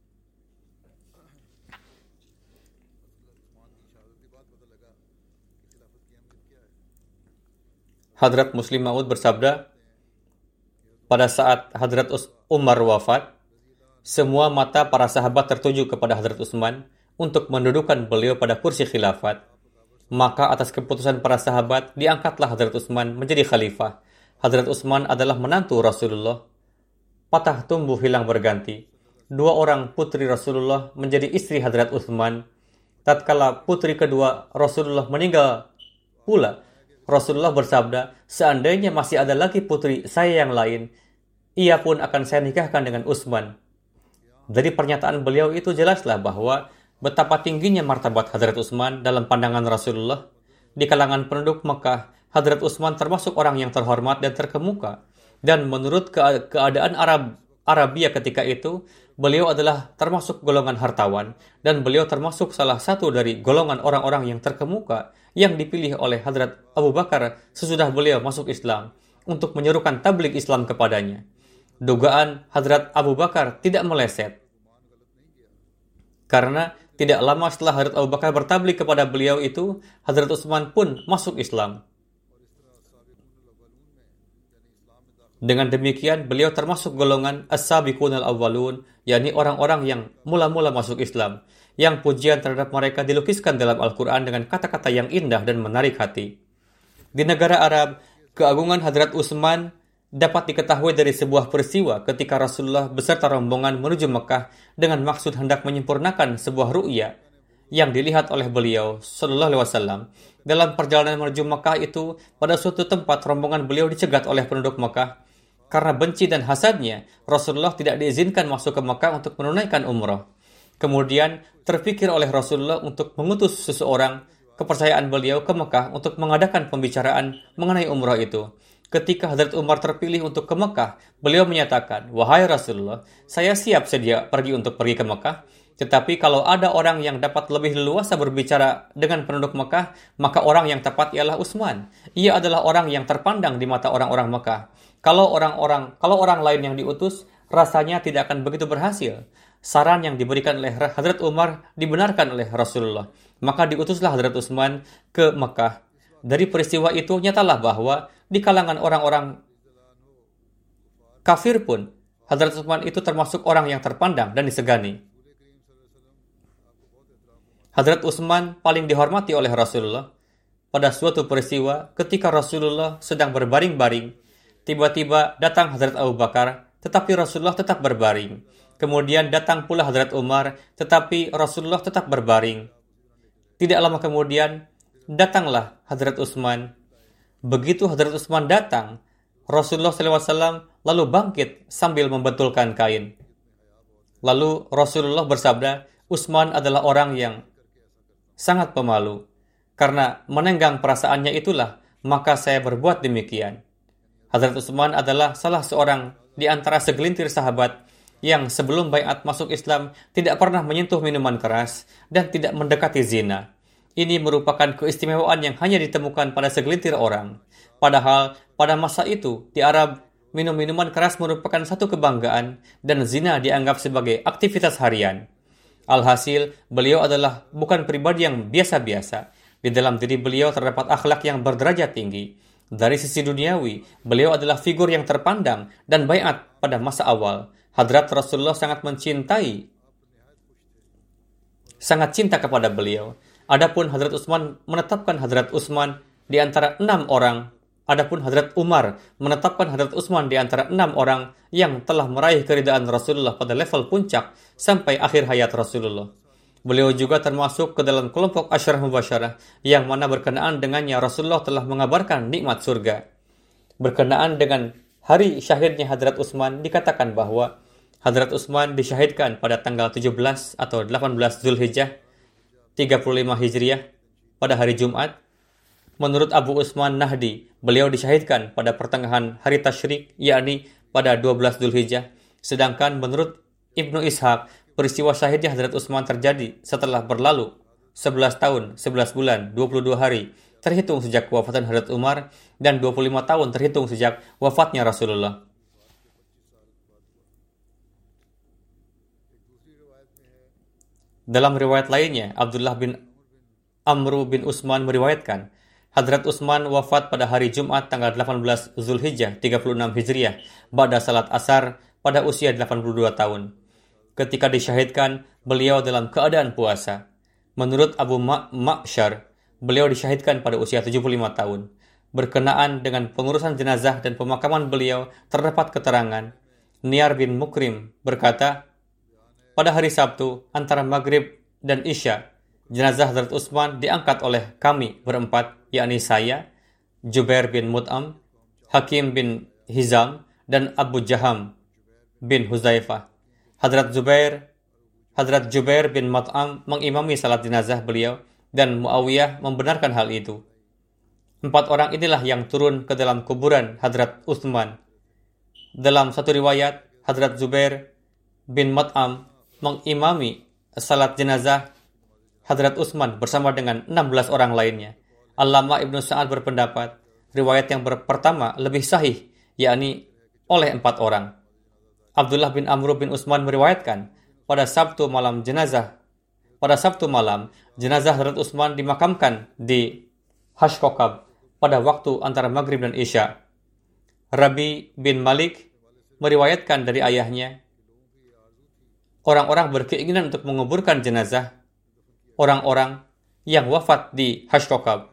Speaker 2: Hadrat Muslim Maud bersabda, pada saat Hadrat Umar wafat, semua mata para sahabat tertuju kepada Hadrat Utsman untuk mendudukan beliau pada kursi khilafat. Maka atas keputusan para sahabat, diangkatlah Hadrat Utsman menjadi khalifah. Hadrat Utsman adalah menantu Rasulullah. Patah tumbuh hilang berganti. 2 orang putri Rasulullah menjadi istri Hadrat Utsman. Tatkala putri kedua Rasulullah meninggal pula, Rasulullah bersabda, seandainya masih ada lagi putri saya yang lain, ia pun akan saya nikahkan dengan Utsman. Dari pernyataan beliau itu jelaslah bahwa betapa tingginya martabat Hadrat Utsman dalam pandangan Rasulullah. Di kalangan penduduk Mekah, Hadrat Utsman termasuk orang yang terhormat dan terkemuka. Dan menurut keadaan Arabia ketika itu, beliau adalah termasuk golongan hartawan dan beliau termasuk salah satu dari golongan orang-orang yang terkemuka yang dipilih oleh Hadrat Abu Bakar sesudah beliau masuk Islam untuk menyerukan tabligh Islam kepadanya. Dugaan Hadrat Abu Bakar tidak meleset karena tidak lama setelah Hadrat Abu Bakar bertabligh kepada beliau itu, Hadrat Utsman pun masuk Islam. Dengan demikian, beliau termasuk golongan as-sabiqunal awwalun, yakni orang-orang yang mula-mula masuk Islam, yang pujian terhadap mereka dilukiskan dalam Al-Quran dengan kata-kata yang indah dan menarik hati. Di negara Arab, keagungan Hadrat Utsman dapat diketahui dari sebuah peristiwa ketika Rasulullah beserta rombongan menuju Mekah dengan maksud hendak menyempurnakan sebuah ru'ya yang dilihat oleh beliau Sallallahu Alaihi Wasallam. Dalam perjalanan menuju Mekah itu, pada suatu tempat rombongan beliau dicegat oleh penduduk Mekah. Karena benci dan hasadnya, Rasulullah tidak diizinkan masuk ke Mekah untuk menunaikan umrah. Kemudian terpikir oleh Rasulullah untuk mengutus seseorang kepercayaan beliau ke Mekah untuk mengadakan pembicaraan mengenai umrah itu. Ketika Hadrat Umar terpilih untuk ke Mekah, beliau menyatakan, "Wahai Rasulullah, saya siap sedia pergi ke Mekah. Tetapi kalau ada orang yang dapat lebih leluasa berbicara dengan penduduk Mekah, maka orang yang tepat ialah Utsman. Ia adalah orang yang terpandang di mata orang-orang Mekah. Kalau orang lain yang diutus, rasanya tidak akan begitu berhasil." Saran yang diberikan oleh Hadrat Umar dibenarkan oleh Rasulullah. Maka diutuslah Hadrat Utsman ke Mekah. Dari peristiwa itu nyatalah bahwa di kalangan orang-orang kafir pun, Hadrat Utsman itu termasuk orang yang terpandang dan disegani. Hadrat Utsman paling dihormati oleh Rasulullah. Pada suatu peristiwa, ketika Rasulullah sedang berbaring-baring, tiba-tiba datang Hadrat Abu Bakar, tetapi Rasulullah tetap berbaring. Kemudian datang pula Hadrat Umar, tetapi Rasulullah tetap berbaring. Tidak lama kemudian, datanglah Hadrat Utsman. Begitu Hadrat Utsman datang, Rasulullah SAW lalu bangkit sambil membetulkan kain. Lalu Rasulullah bersabda, "Utsman adalah orang yang sangat pemalu. Karena menenggang perasaannya itulah, maka saya berbuat demikian." Hadrat Utsman adalah salah seorang di antara segelintir sahabat yang sebelum baiat masuk Islam tidak pernah menyentuh minuman keras dan tidak mendekati zina. Ini merupakan keistimewaan yang hanya ditemukan pada segelintir orang. Padahal pada masa itu di Arab, minum minuman keras merupakan satu kebanggaan dan zina dianggap sebagai aktivitas harian. Alhasil, beliau adalah bukan pribadi yang biasa-biasa. Di dalam diri beliau terdapat akhlak yang berderajat tinggi. Dari sisi duniawi, beliau adalah figur yang terpandang dan baiat pada masa awal. Hadrat Rasulullah sangat cinta kepada beliau. Adapun Hadrat Utsman menetapkan Hadrat Utsman di antara 6 orang. Adapun Hadrat Umar menetapkan Hadrat Utsman di antara 6 orang yang telah meraih keridaan Rasulullah pada level puncak sampai akhir hayat Rasulullah. Beliau juga termasuk ke dalam kelompok Asyarah Mubasyarah yang mana berkenaan dengannya Rasulullah telah mengabarkan nikmat surga. Berkenaan dengan hari syahidnya Hadrat Utsman dikatakan bahwa Hadrat Utsman disyahidkan pada tanggal 17 atau 18 Zulhijjah 35 Hijriah pada hari Jumat. Menurut Abu Utsman Nahdi, beliau disyahidkan pada pertengahan hari Tasyrik, yakni pada 12 Zulhijjah. Sedangkan menurut Ibnu Ishaq, peristiwa syahidnya Hadrat Utsman terjadi setelah berlalu 11 tahun, 11 bulan, 22 hari terhitung sejak wafatan Hadrat Umar dan 25 tahun terhitung sejak wafatnya Rasulullah. Dalam riwayat lainnya, Abdullah bin Amru bin Utsman meriwayatkan, Hadrat Utsman wafat pada hari Jumat tanggal 18 Zulhijjah 36 Hijriah ba'da salat asar pada usia 82 tahun. Ketika disyahidkan, beliau dalam keadaan puasa. Menurut Abu Ma'syar, beliau disyahidkan pada usia 75 tahun. Berkenaan dengan pengurusan jenazah dan pemakaman beliau, terdapat keterangan. Niyar bin Mukrim berkata, pada hari Sabtu, antara Maghrib dan Isya, jenazah Hadrat Utsman diangkat oleh kami berempat, yakni saya, Jubair bin Mut'am, Hakim bin Hizam, dan Abu Jaham bin Huzaifah. Hadrat Jubair bin Mut'am mengimami salat jenazah beliau dan Muawiyah membenarkan hal itu. 4 orang inilah yang turun ke dalam kuburan Hadrat Utsman. Dalam satu riwayat, Hadrat Zubair bin Mut'am mengimami salat jenazah Hadrat Utsman bersama dengan 16 orang lainnya. Allama Ibnu Sa'ad berpendapat, riwayat yang pertama lebih sahih, yakni oleh 4 orang. Abdullah bin Amr bin Utsman meriwayatkan, pada Sabtu malam jenazah Hadrat Utsman dimakamkan di Hashkokab pada waktu antara Maghrib dan Isya. Rabi bin Malik meriwayatkan dari ayahnya, orang-orang berkeinginan untuk menguburkan jenazah orang-orang yang wafat di Hashkokab.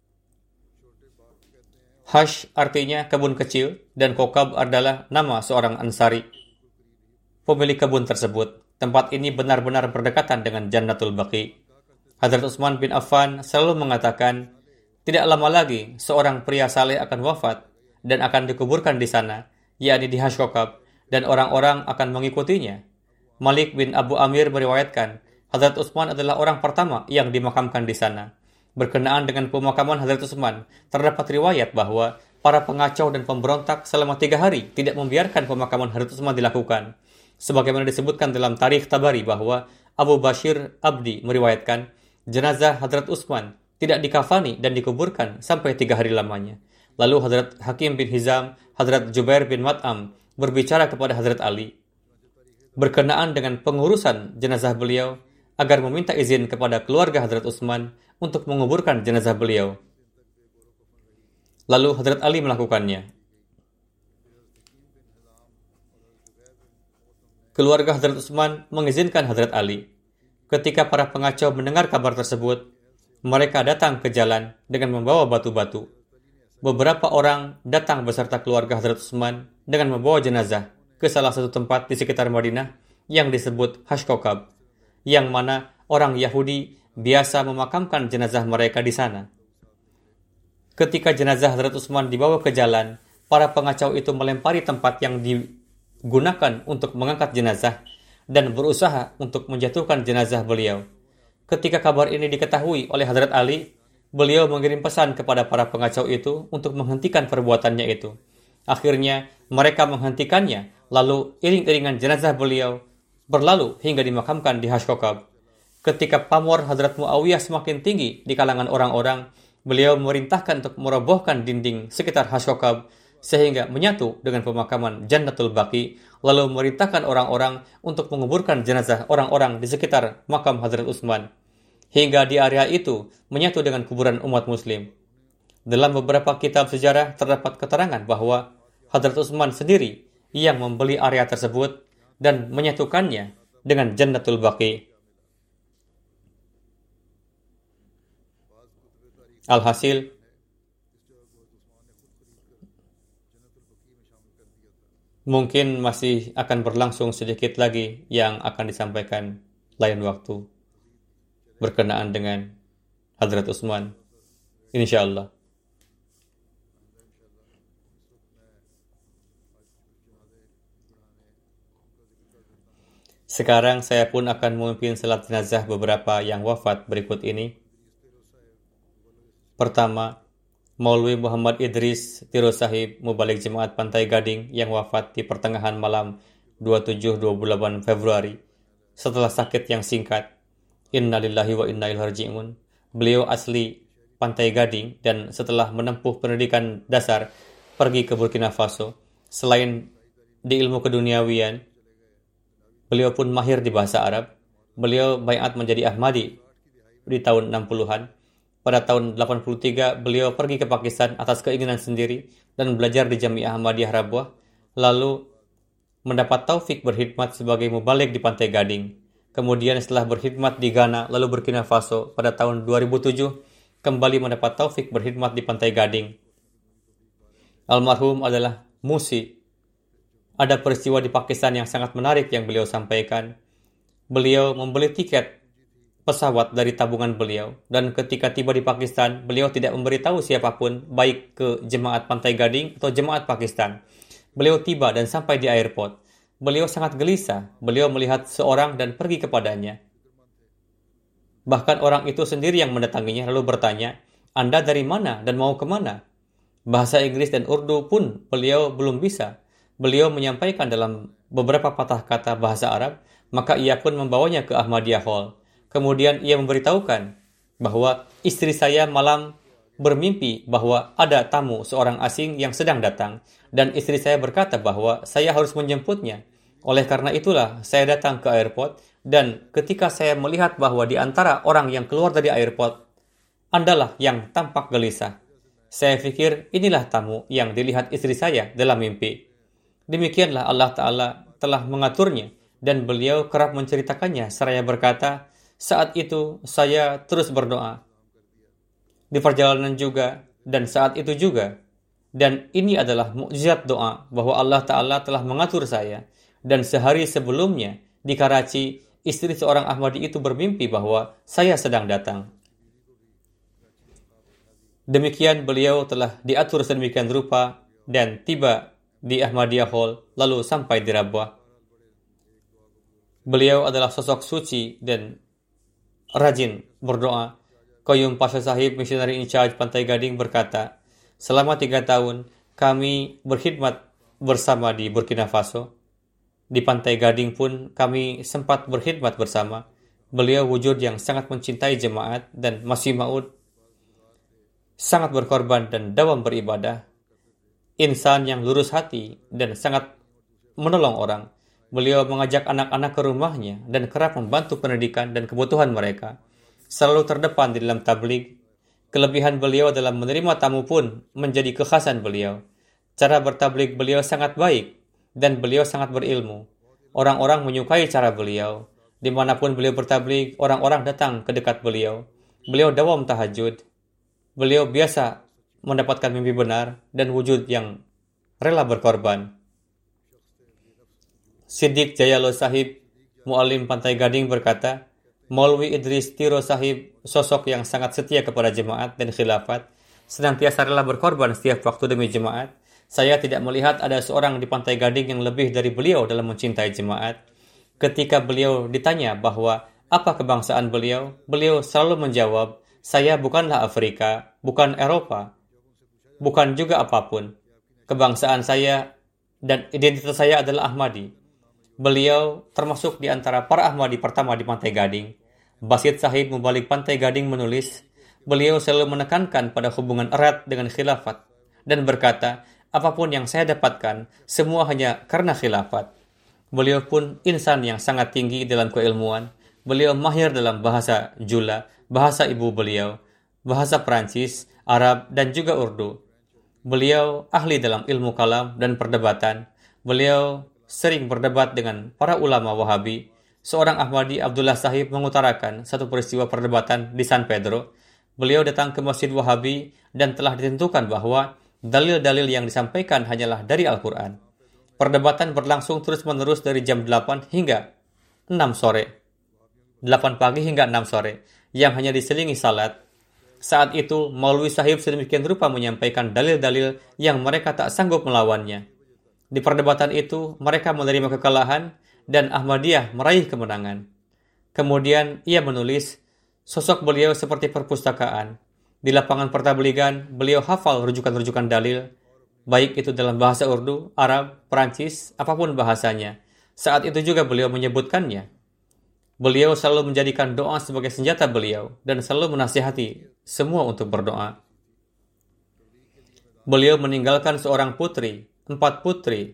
Speaker 2: Hash artinya kebun kecil dan Kokab adalah nama seorang Ansari, pemilik kebun tersebut. Tempat ini benar-benar berdekatan dengan Jannatul Baqi. Hadrat Utsman bin Affan selalu mengatakan, tidak lama lagi seorang pria saleh akan wafat dan akan dikuburkan di sana, yakni di Hashkokab, dan orang-orang akan mengikutinya. Malik bin Abu Amir meriwayatkan, Hadrat Utsman adalah orang pertama yang dimakamkan di sana. Berkenaan dengan pemakaman Hadrat Utsman, terdapat riwayat bahwa para pengacau dan pemberontak selama 3 hari tidak membiarkan pemakaman Hadrat Utsman dilakukan. Sebagaimana disebutkan dalam Tarikh Tabari bahwa Abu Bashir Abdi meriwayatkan, jenazah Hadrat Utsman tidak dikafani dan dikuburkan sampai 3 hari lamanya. Lalu Hadrat Hakim bin Hizam, Hadrat Jubair bin Mut'am berbicara kepada Hadrat Ali berkenaan dengan pengurusan jenazah beliau agar meminta izin kepada keluarga Hadrat Utsman untuk menguburkan jenazah beliau. Lalu Hadrat Ali melakukannya. Keluarga Hadrat Utsman mengizinkan Hadrat Ali. Ketika para pengacau mendengar kabar tersebut, mereka datang ke jalan dengan membawa batu-batu. Beberapa orang datang beserta keluarga Hadrat Utsman dengan membawa jenazah ke salah satu tempat di sekitar Madinah yang disebut Hashkokab, yang mana orang Yahudi biasa memakamkan jenazah mereka di sana. Ketika jenazah Hadrat Utsman dibawa ke jalan, para pengacau itu melempari tempat yang digunakan untuk mengangkat jenazah dan berusaha untuk menjatuhkan jenazah beliau. Ketika kabar ini diketahui oleh Hadrat Ali, beliau mengirim pesan kepada para pengacau itu untuk menghentikan perbuatannya itu. Akhirnya mereka menghentikannya, lalu iring-iringan jenazah beliau berlalu hingga dimakamkan di Hashkokab. Ketika pamor Hadrat Muawiyah semakin tinggi di kalangan orang-orang, beliau memerintahkan untuk merobohkan dinding sekitar Hashkokab sehingga menyatu dengan pemakaman Jannatul Baqi, lalu memerintahkan orang-orang untuk menguburkan jenazah orang-orang di sekitar makam Hadrat Utsman, hingga di area itu menyatu dengan kuburan umat muslim. Dalam beberapa kitab sejarah terdapat keterangan bahwa Hadrat Utsman sendiri yang membeli area tersebut dan menyatukannya dengan Jannatul Baqi. Alhasil, mungkin masih akan berlangsung sedikit lagi yang akan disampaikan lain waktu berkenaan dengan Hadrat Utsman, insyaallah. Sekarang saya pun akan memimpin salat jenazah beberapa yang wafat berikut ini. Pertama, Maulwi Muhammad Idris Tiro Sahib, Mubalik Jemaat Pantai Gading yang wafat di pertengahan malam 27-28 Februari setelah sakit yang singkat. Innalillahi wa inna ilaihi raji'un. Beliau asli Pantai Gading dan setelah menempuh pendidikan dasar pergi ke Burkina Faso. Selain di ilmu keduniawian, beliau pun mahir di bahasa Arab. Beliau baiat menjadi Ahmadi di tahun 60-an. Pada tahun 83, beliau pergi ke Pakistan atas keinginan sendiri dan belajar di Jamiah Ahmadiyah Rabwah, lalu mendapat taufik berkhidmat sebagai mubalik di Pantai Gading. Kemudian setelah berkhidmat di Ghana lalu Burkina Faso, pada tahun 2007 kembali mendapat taufik berkhidmat di Pantai Gading. Almarhum adalah Musi. Ada peristiwa di Pakistan yang sangat menarik yang beliau sampaikan. Beliau membeli tiket pesawat dari tabungan beliau, dan ketika tiba di Pakistan, beliau tidak memberitahu siapapun, baik ke jemaat Pantai Gading atau jemaat Pakistan. Beliau tiba dan sampai di airport. Beliau sangat gelisah. Beliau melihat seorang dan pergi kepadanya. Bahkan orang itu sendiri yang mendatanginya lalu bertanya, "Anda dari mana dan mau kemana?" Bahasa Inggris dan Urdu pun beliau belum bisa. Beliau menyampaikan dalam beberapa patah kata bahasa Arab, maka ia pun membawanya ke Ahmadiyah Hall. Kemudian ia memberitahukan bahwa istri saya malam bermimpi bahwa ada tamu seorang asing yang sedang datang, dan istri saya berkata bahwa saya harus menjemputnya. Oleh karena itulah saya datang ke airport, dan ketika saya melihat bahwa di antara orang yang keluar dari airport, Andalah yang tampak gelisah. Saya pikir inilah tamu yang dilihat istri saya dalam mimpi. Demikianlah Allah Ta'ala telah mengaturnya, dan beliau kerap menceritakannya seraya berkata, saat itu saya terus berdoa. Di perjalanan juga, dan saat itu juga. Dan ini adalah mukjizat doa bahwa Allah Ta'ala telah mengatur saya. Dan sehari sebelumnya, di Karachi, istri seorang Ahmadi itu bermimpi bahwa saya sedang datang. Demikian beliau telah diatur sedemikian rupa dan tiba di Ahmadiyah Hall lalu sampai di Rabwah. Beliau adalah sosok suci dan rajin berdoa. Qayyum Pasha Sahib, Missionary in Charge Pantai Gading berkata, selama 3 tahun kami berkhidmat bersama di Burkina Faso. Di Pantai Gading pun kami sempat berkhidmat bersama. Beliau wujud yang sangat mencintai jemaat dan Masih Maud sangat berkorban dan dawam beribadah. Insan yang lurus hati dan sangat menolong orang. Beliau mengajak anak-anak ke rumahnya dan kerap membantu pendidikan dan kebutuhan mereka. Selalu terdepan di dalam tabligh. Kelebihan beliau dalam menerima tamu pun menjadi kekhasan beliau. Cara bertabligh beliau sangat baik dan beliau sangat berilmu. Orang-orang menyukai cara beliau. Dimanapun beliau bertabligh, orang-orang datang ke dekat beliau. Beliau dawam tahajud. Beliau biasa mendapatkan mimpi benar dan wujud yang rela berkorban. Siddiq Jayalo Sahib, Mu'alim Pantai Gading berkata, Maulwi Idris Tiro Sahib, sosok yang sangat setia kepada jemaat dan khilafat, senantiasa rela berkorban setiap waktu demi jemaat. Saya tidak melihat ada seorang di Pantai Gading yang lebih dari beliau dalam mencintai jemaat. Ketika beliau ditanya bahwa apa kebangsaan beliau, beliau selalu menjawab, saya bukanlah Afrika, bukan Eropa, bukan juga apapun. Kebangsaan saya dan identitas saya adalah Ahmadi. Beliau termasuk di antara para Ahmadi pertama di Pantai Gading. Basit Sahib Mubalik Pantai Gading menulis, beliau selalu menekankan pada hubungan erat dengan khilafat dan berkata, apapun yang saya dapatkan, semua hanya karena khilafat. Beliau pun insan yang sangat tinggi dalam keilmuan. Beliau mahir dalam bahasa Jula, bahasa ibu beliau, bahasa Perancis, Arab, dan juga Urdu. Beliau ahli dalam ilmu kalam dan perdebatan. Beliau sering berdebat dengan para ulama Wahabi. Seorang Ahmadi, Abdullah Sahib, mengutarakan satu peristiwa perdebatan di San Pedro. Beliau datang ke Masjid Wahabi dan telah ditentukan bahwa dalil-dalil yang disampaikan hanyalah dari Al-Quran. Perdebatan berlangsung terus-menerus dari jam 8 hingga 6 sore. 8 pagi hingga 6 sore, yang hanya diselingi salat. Saat itu, Maulwi Sahib sedemikian rupa menyampaikan dalil-dalil yang mereka tak sanggup melawannya. Di perdebatan itu, mereka menerima kekalahan dan Ahmadiyah meraih kemenangan. Kemudian, ia menulis, sosok beliau seperti perpustakaan. Di lapangan pertabligan, beliau hafal rujukan-rujukan dalil, baik itu dalam bahasa Urdu, Arab, Perancis, apapun bahasanya. Saat itu juga beliau menyebutkannya. Beliau selalu menjadikan doa sebagai senjata beliau dan selalu menasihati semua untuk berdoa. Beliau meninggalkan seorang putri, 4 putri,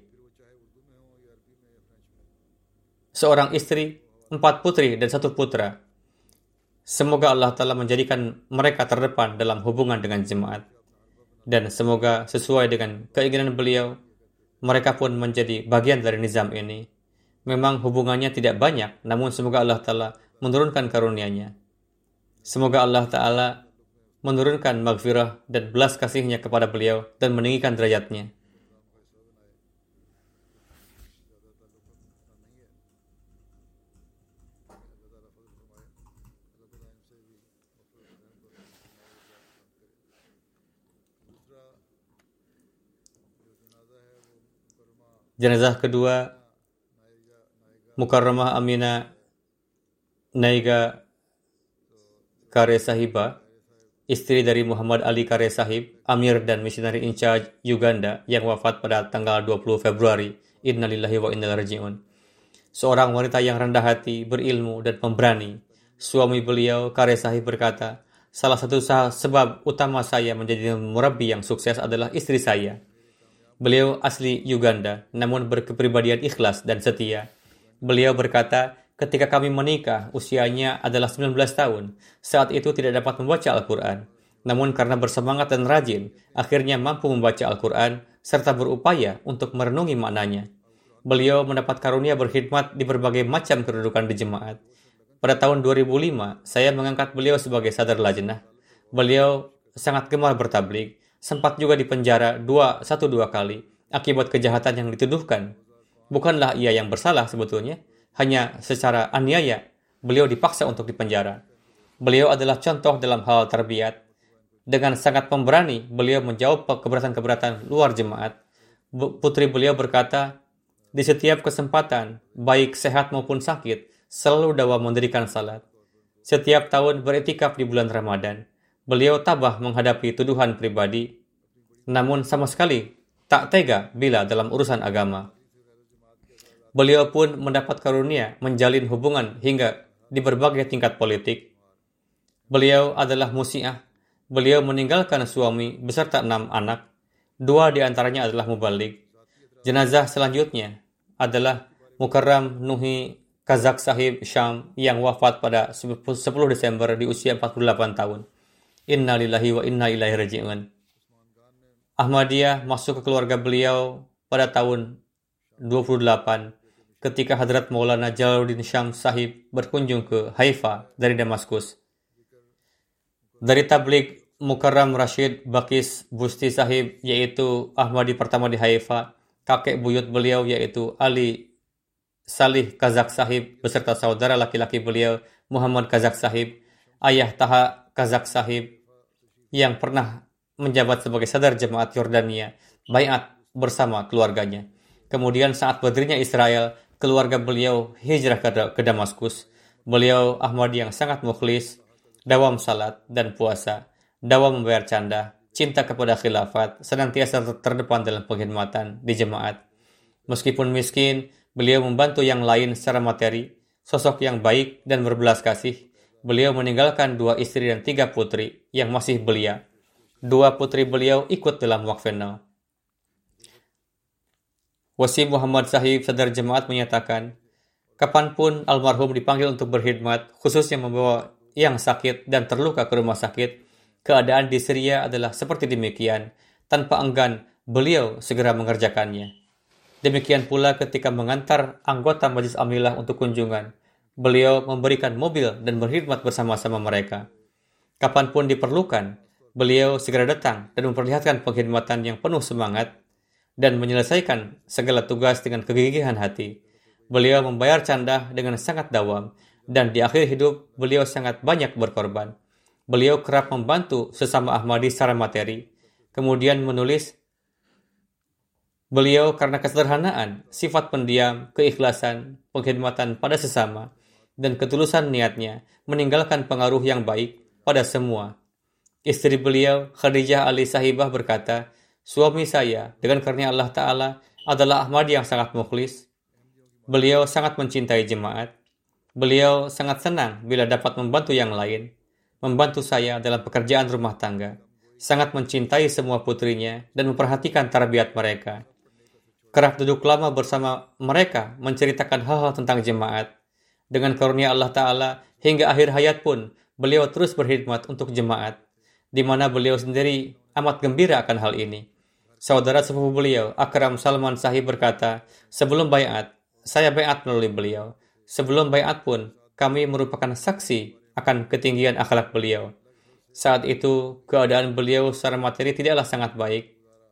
Speaker 2: seorang istri, 4 putri, dan 1 putra. Semoga Allah Ta'ala menjadikan mereka terdepan dalam hubungan dengan jemaat. Dan semoga sesuai dengan keinginan beliau, mereka pun menjadi bagian dari nizam ini. Memang hubungannya tidak banyak, namun semoga Allah Ta'ala menurunkan karunia-Nya. Semoga Allah Ta'ala menurunkan maghfirah dan belas kasih-Nya kepada beliau dan meninggikan derajatnya. Jenazah kedua, Mukarramah Amina Naiga Kare Sahiba, istri dari Muhammad Ali Kare Sahib, Amir dan Missionary in Charge Uganda yang wafat pada tanggal 20 Februari Innalillahi wa inna ilaihi raji'un. Seorang wanita yang rendah hati, berilmu, dan pemberani. Suami beliau, Kare Sahib, berkata, salah satu sebab utama saya menjadi murabbi yang sukses adalah istri saya. Beliau asli Uganda, namun berkepribadian ikhlas dan setia. Beliau berkata, ketika kami menikah, usianya adalah 19 tahun. Saat itu tidak dapat membaca Al-Quran. Namun karena bersemangat dan rajin, akhirnya mampu membaca Al-Quran serta berupaya untuk merenungi maknanya. Beliau mendapat karunia berkhidmat di berbagai macam kedudukan di jemaat. Pada tahun 2005, saya mengangkat beliau sebagai sadar lajnah. Beliau sangat gemar bertablik, sempat juga dipenjara 1-2 kali akibat kejahatan yang dituduhkan. Bukanlah ia yang bersalah sebetulnya, hanya secara aniaya beliau dipaksa untuk dipenjara. Beliau adalah contoh dalam hal tarbiyat. Dengan sangat pemberani, beliau menjawab keberatan-keberatan luar jemaat. Putri beliau berkata, di setiap kesempatan, baik sehat maupun sakit, selalu dawa mendirikan salat. Setiap tahun beriktikaf di bulan Ramadan, beliau tabah menghadapi tuduhan pribadi, namun sama sekali tak tega bila dalam urusan agama. Beliau pun mendapat karunia menjalin hubungan hingga di berbagai tingkat politik. Beliau adalah musi'ah. Beliau meninggalkan suami beserta 6 anak. 2 diantaranya adalah mubalik. Jenazah selanjutnya adalah Mukarram Nuhi Kazak Sahib Syam yang wafat pada 10 Desember di usia 48 tahun. Innalillahi wa inna ilaihi raji'un. Ahmadiyah masuk ke keluarga beliau pada tahun 28 ketika Hadrat Maulana Jalaluddin Syam Sahib berkunjung ke Haifa dari Damaskus. Dari tabligh Mukarram Rashid Bakis Busti Sahib, yaitu Ahmadi pertama di Haifa, kakek buyut beliau yaitu Ali Salih Kazak Sahib beserta saudara laki-laki beliau Muhammad Kazak Sahib, ayah Taha Kazak Sahib yang pernah menjabat sebagai sadar jemaat Yordania, baiat bersama keluarganya. Kemudian saat berdirinya Israel, keluarga beliau hijrah ke Damaskus. Beliau Ahmadi yang sangat mukhlis, dawam salat dan puasa, dawam membayar canda, cinta kepada khilafat, senantiasa terdepan dalam pengkhidmatan di jemaat. Meskipun miskin, beliau membantu yang lain secara materi, sosok yang baik dan berbelas kasih. Beliau meninggalkan 2 istri dan 3 putri yang masih belia. 2 putri beliau ikut dalam Waqfenal. Wasi Muhammad Sahib sadar jemaat menyatakan, kapanpun almarhum dipanggil untuk berkhidmat, khususnya membawa yang sakit dan terluka ke rumah sakit, keadaan di Syria adalah seperti demikian. Tanpa enggan, beliau segera mengerjakannya. Demikian pula ketika mengantar anggota Majlis Amilah untuk kunjungan, beliau memberikan mobil dan berkhidmat bersama-sama mereka. Kapanpun diperlukan, beliau segera datang dan memperlihatkan pengkhidmatan yang penuh semangat dan menyelesaikan segala tugas dengan kegigihan hati. Beliau membayar canda dengan sangat dawam, dan di akhir hidup beliau sangat banyak berkorban. Beliau kerap membantu sesama Ahmadi secara materi. Kemudian menulis, beliau karena kesederhanaan, sifat pendiam, keikhlasan, pengkhidmatan pada sesama, dan ketulusan niatnya meninggalkan pengaruh yang baik pada semua. Istri beliau, Khadijah Ali Sahibah berkata, suami saya dengan karunia Allah Ta'ala adalah Ahmadi yang sangat mukhlis. Beliau sangat mencintai jemaat. Beliau sangat senang bila dapat membantu yang lain, membantu saya dalam pekerjaan rumah tangga, sangat mencintai semua putrinya dan memperhatikan tarbiyat mereka. Kerap duduk lama bersama mereka menceritakan hal-hal tentang jemaat. Dengan karunia Allah Ta'ala, hingga akhir hayat pun beliau terus berkhidmat untuk jemaat, di mana beliau sendiri amat gembira akan hal ini. Saudara sepupu beliau, Akram Salman Sahib berkata, sebelum baiat, saya baiat melalui beliau. Sebelum baiat pun, kami merupakan saksi akan ketinggian akhlak beliau. Saat itu, keadaan beliau secara materi tidaklah sangat baik.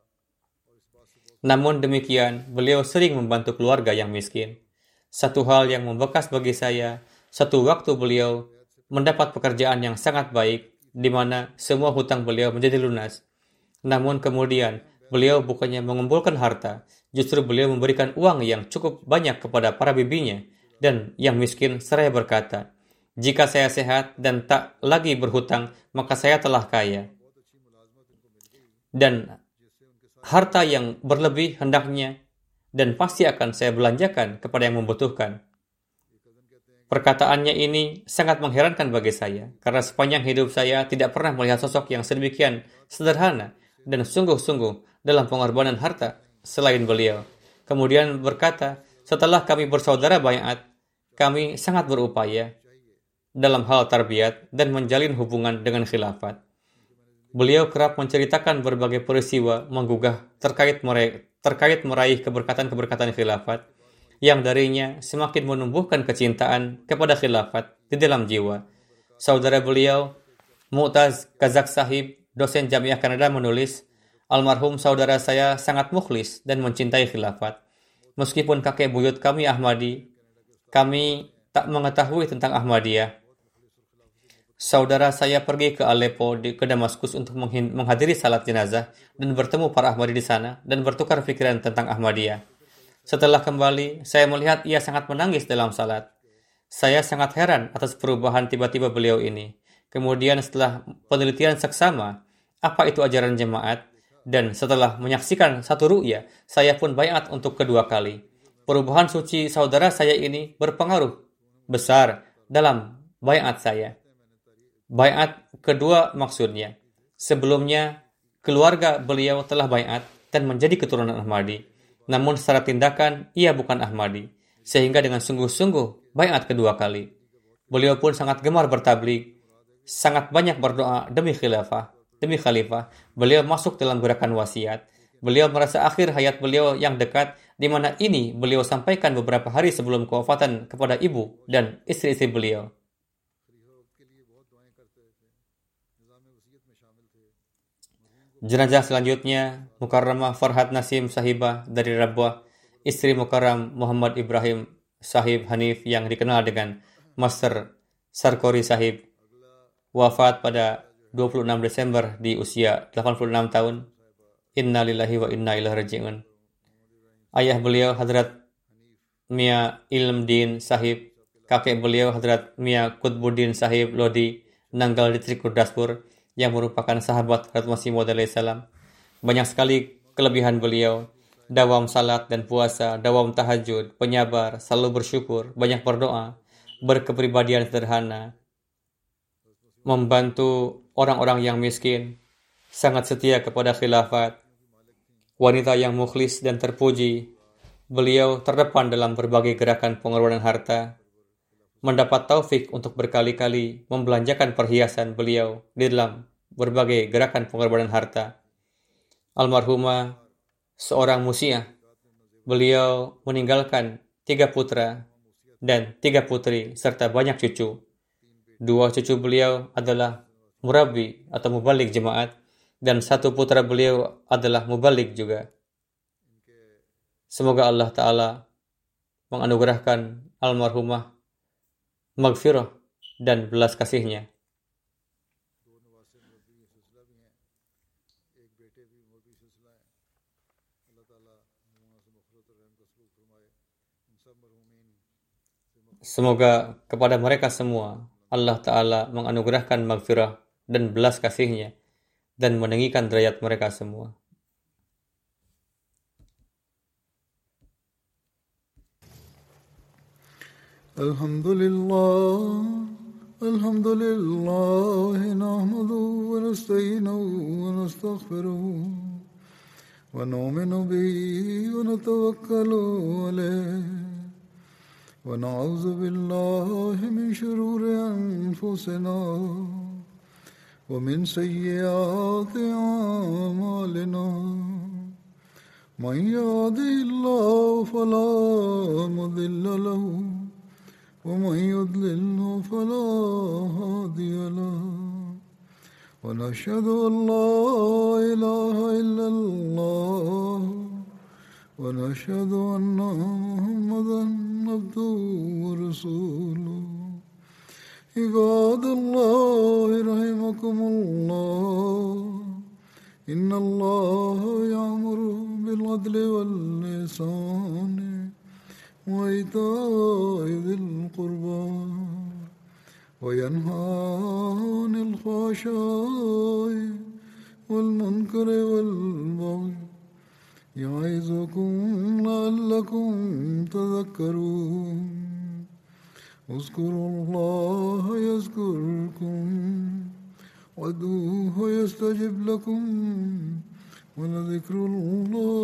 Speaker 2: Namun demikian, beliau sering membantu keluarga yang miskin. Satu hal yang membekas bagi saya, satu waktu beliau mendapat pekerjaan yang sangat baik, di mana semua hutang beliau menjadi lunas. Namun kemudian, beliau bukannya mengumpulkan harta, justru beliau memberikan uang yang cukup banyak kepada para bibinya dan yang miskin, seraya berkata, jika saya sehat dan tak lagi berhutang, maka saya telah kaya. Dan harta yang berlebih hendaknya dan pasti akan saya belanjakan kepada yang membutuhkan. Perkataannya ini sangat mengherankan bagi saya, karena sepanjang hidup saya tidak pernah melihat sosok yang sedemikian sederhana dan sungguh-sungguh dalam pengorbanan harta selain beliau. Kemudian berkata, setelah kami bersaudara baiat, kami sangat berupaya dalam hal tarbiyat dan menjalin hubungan dengan khilafat. Beliau kerap menceritakan berbagai peristiwa menggugah terkait meraih keberkatan-keberkatan khilafat, yang darinya semakin menumbuhkan kecintaan kepada khilafat di dalam jiwa. Saudara beliau, Mu'taz Kazak Sahib, dosen Jamiah Kanada, menulis, almarhum saudara saya sangat mukhlis dan mencintai khilafat. Meskipun kakek buyut kami Ahmadi, kami tak mengetahui tentang Ahmadiyah. Saudara saya pergi ke Aleppo ke Damaskus untuk menghadiri salat jenazah dan bertemu para Ahmadi di sana dan bertukar pikiran tentang Ahmadiyah. Setelah kembali, saya melihat ia sangat menangis dalam salat. Saya sangat heran atas perubahan tiba-tiba beliau ini. Kemudian setelah penelitian seksama, apa itu ajaran jemaat, dan setelah menyaksikan satu ru'ya, saya pun baiat untuk kedua kali. Perubahan suci saudara saya ini berpengaruh besar dalam baiat saya. Baiat kedua maksudnya, sebelumnya keluarga beliau telah baiat dan menjadi keturunan Ahmadi. Namun secara tindakan, ia bukan Ahmadi. Sehingga dengan sungguh-sungguh, baiat kedua kali. Beliau pun sangat gemar bertabligh, sangat banyak berdoa demi khalifah. Beliau masuk dalam gerakan wasiat. Beliau merasa akhir hayat beliau yang dekat, di mana ini beliau sampaikan beberapa hari sebelum kewafatan kepada ibu dan istri-istri beliau. Jenazah selanjutnya, Mukarramah Farhat Nasim Sahibah dari Rabwah, istri Mukarram Muhammad Ibrahim Sahib Hanif yang dikenal dengan Master Sarkori Sahib, wafat pada 26 Desember di usia 86 tahun. Inna lillahi wa inna ilaihi raji'un. Ayah beliau Hadrat Mia Ilmdin Sahib, kakek beliau Hadrat Mia Qutbuddin Sahib Lodi, Nanggal Distrik Gurdaspur, yang merupakan sahabat Hadrat Masih Maud alaihissalam. Banyak sekali kelebihan beliau, dawam salat dan puasa, dawam tahajud, penyabar, selalu bersyukur, banyak berdoa, berkepribadian sederhana, membantu orang-orang yang miskin, sangat setia kepada khilafat, wanita yang mukhlis dan terpuji. Beliau terdepan dalam berbagai gerakan pengorbanan harta, mendapat taufik untuk berkali-kali membelanjakan perhiasan beliau di dalam berbagai gerakan pengorbanan harta. Almarhumah seorang musiah. Beliau meninggalkan 3 putra dan 3 putri serta banyak cucu. 2 cucu beliau adalah murabbi atau mubalik jemaat, dan 1 putra beliau adalah mubalik juga. Semoga Allah Ta'ala menganugerahkan almarhumah maghfirah dan belas kasihnya. Semoga kepada mereka semua Allah Ta'ala menganugerahkan maghfirah dan belas kasihnya dan meninggikan derajat mereka semua.
Speaker 1: Alhamdulillah nahmaduhu wa nasta'inuhu wa nastaghfiruh wa nu'minu bihi wa natawakkalu alayhi wa na'udzu billahi min shururi anfusina wa min sayyiati a'malina. Man yahdihillahu fala mudilla lahu ومن يضلل فلا هادي له ونشهد أن لا إله إلا الله ونشهد أن محمدا عبده ورسوله. عباد الله رحمكم الله إن الله يأمر بالعدل والإحسان وإيتاء ذي القربى وينهى عن الفحشاء والمنكر والبغي يعظكم لعلكم تذكرون اذكروا الله يذكركم وادعوه يستجب لكم ولذكر الله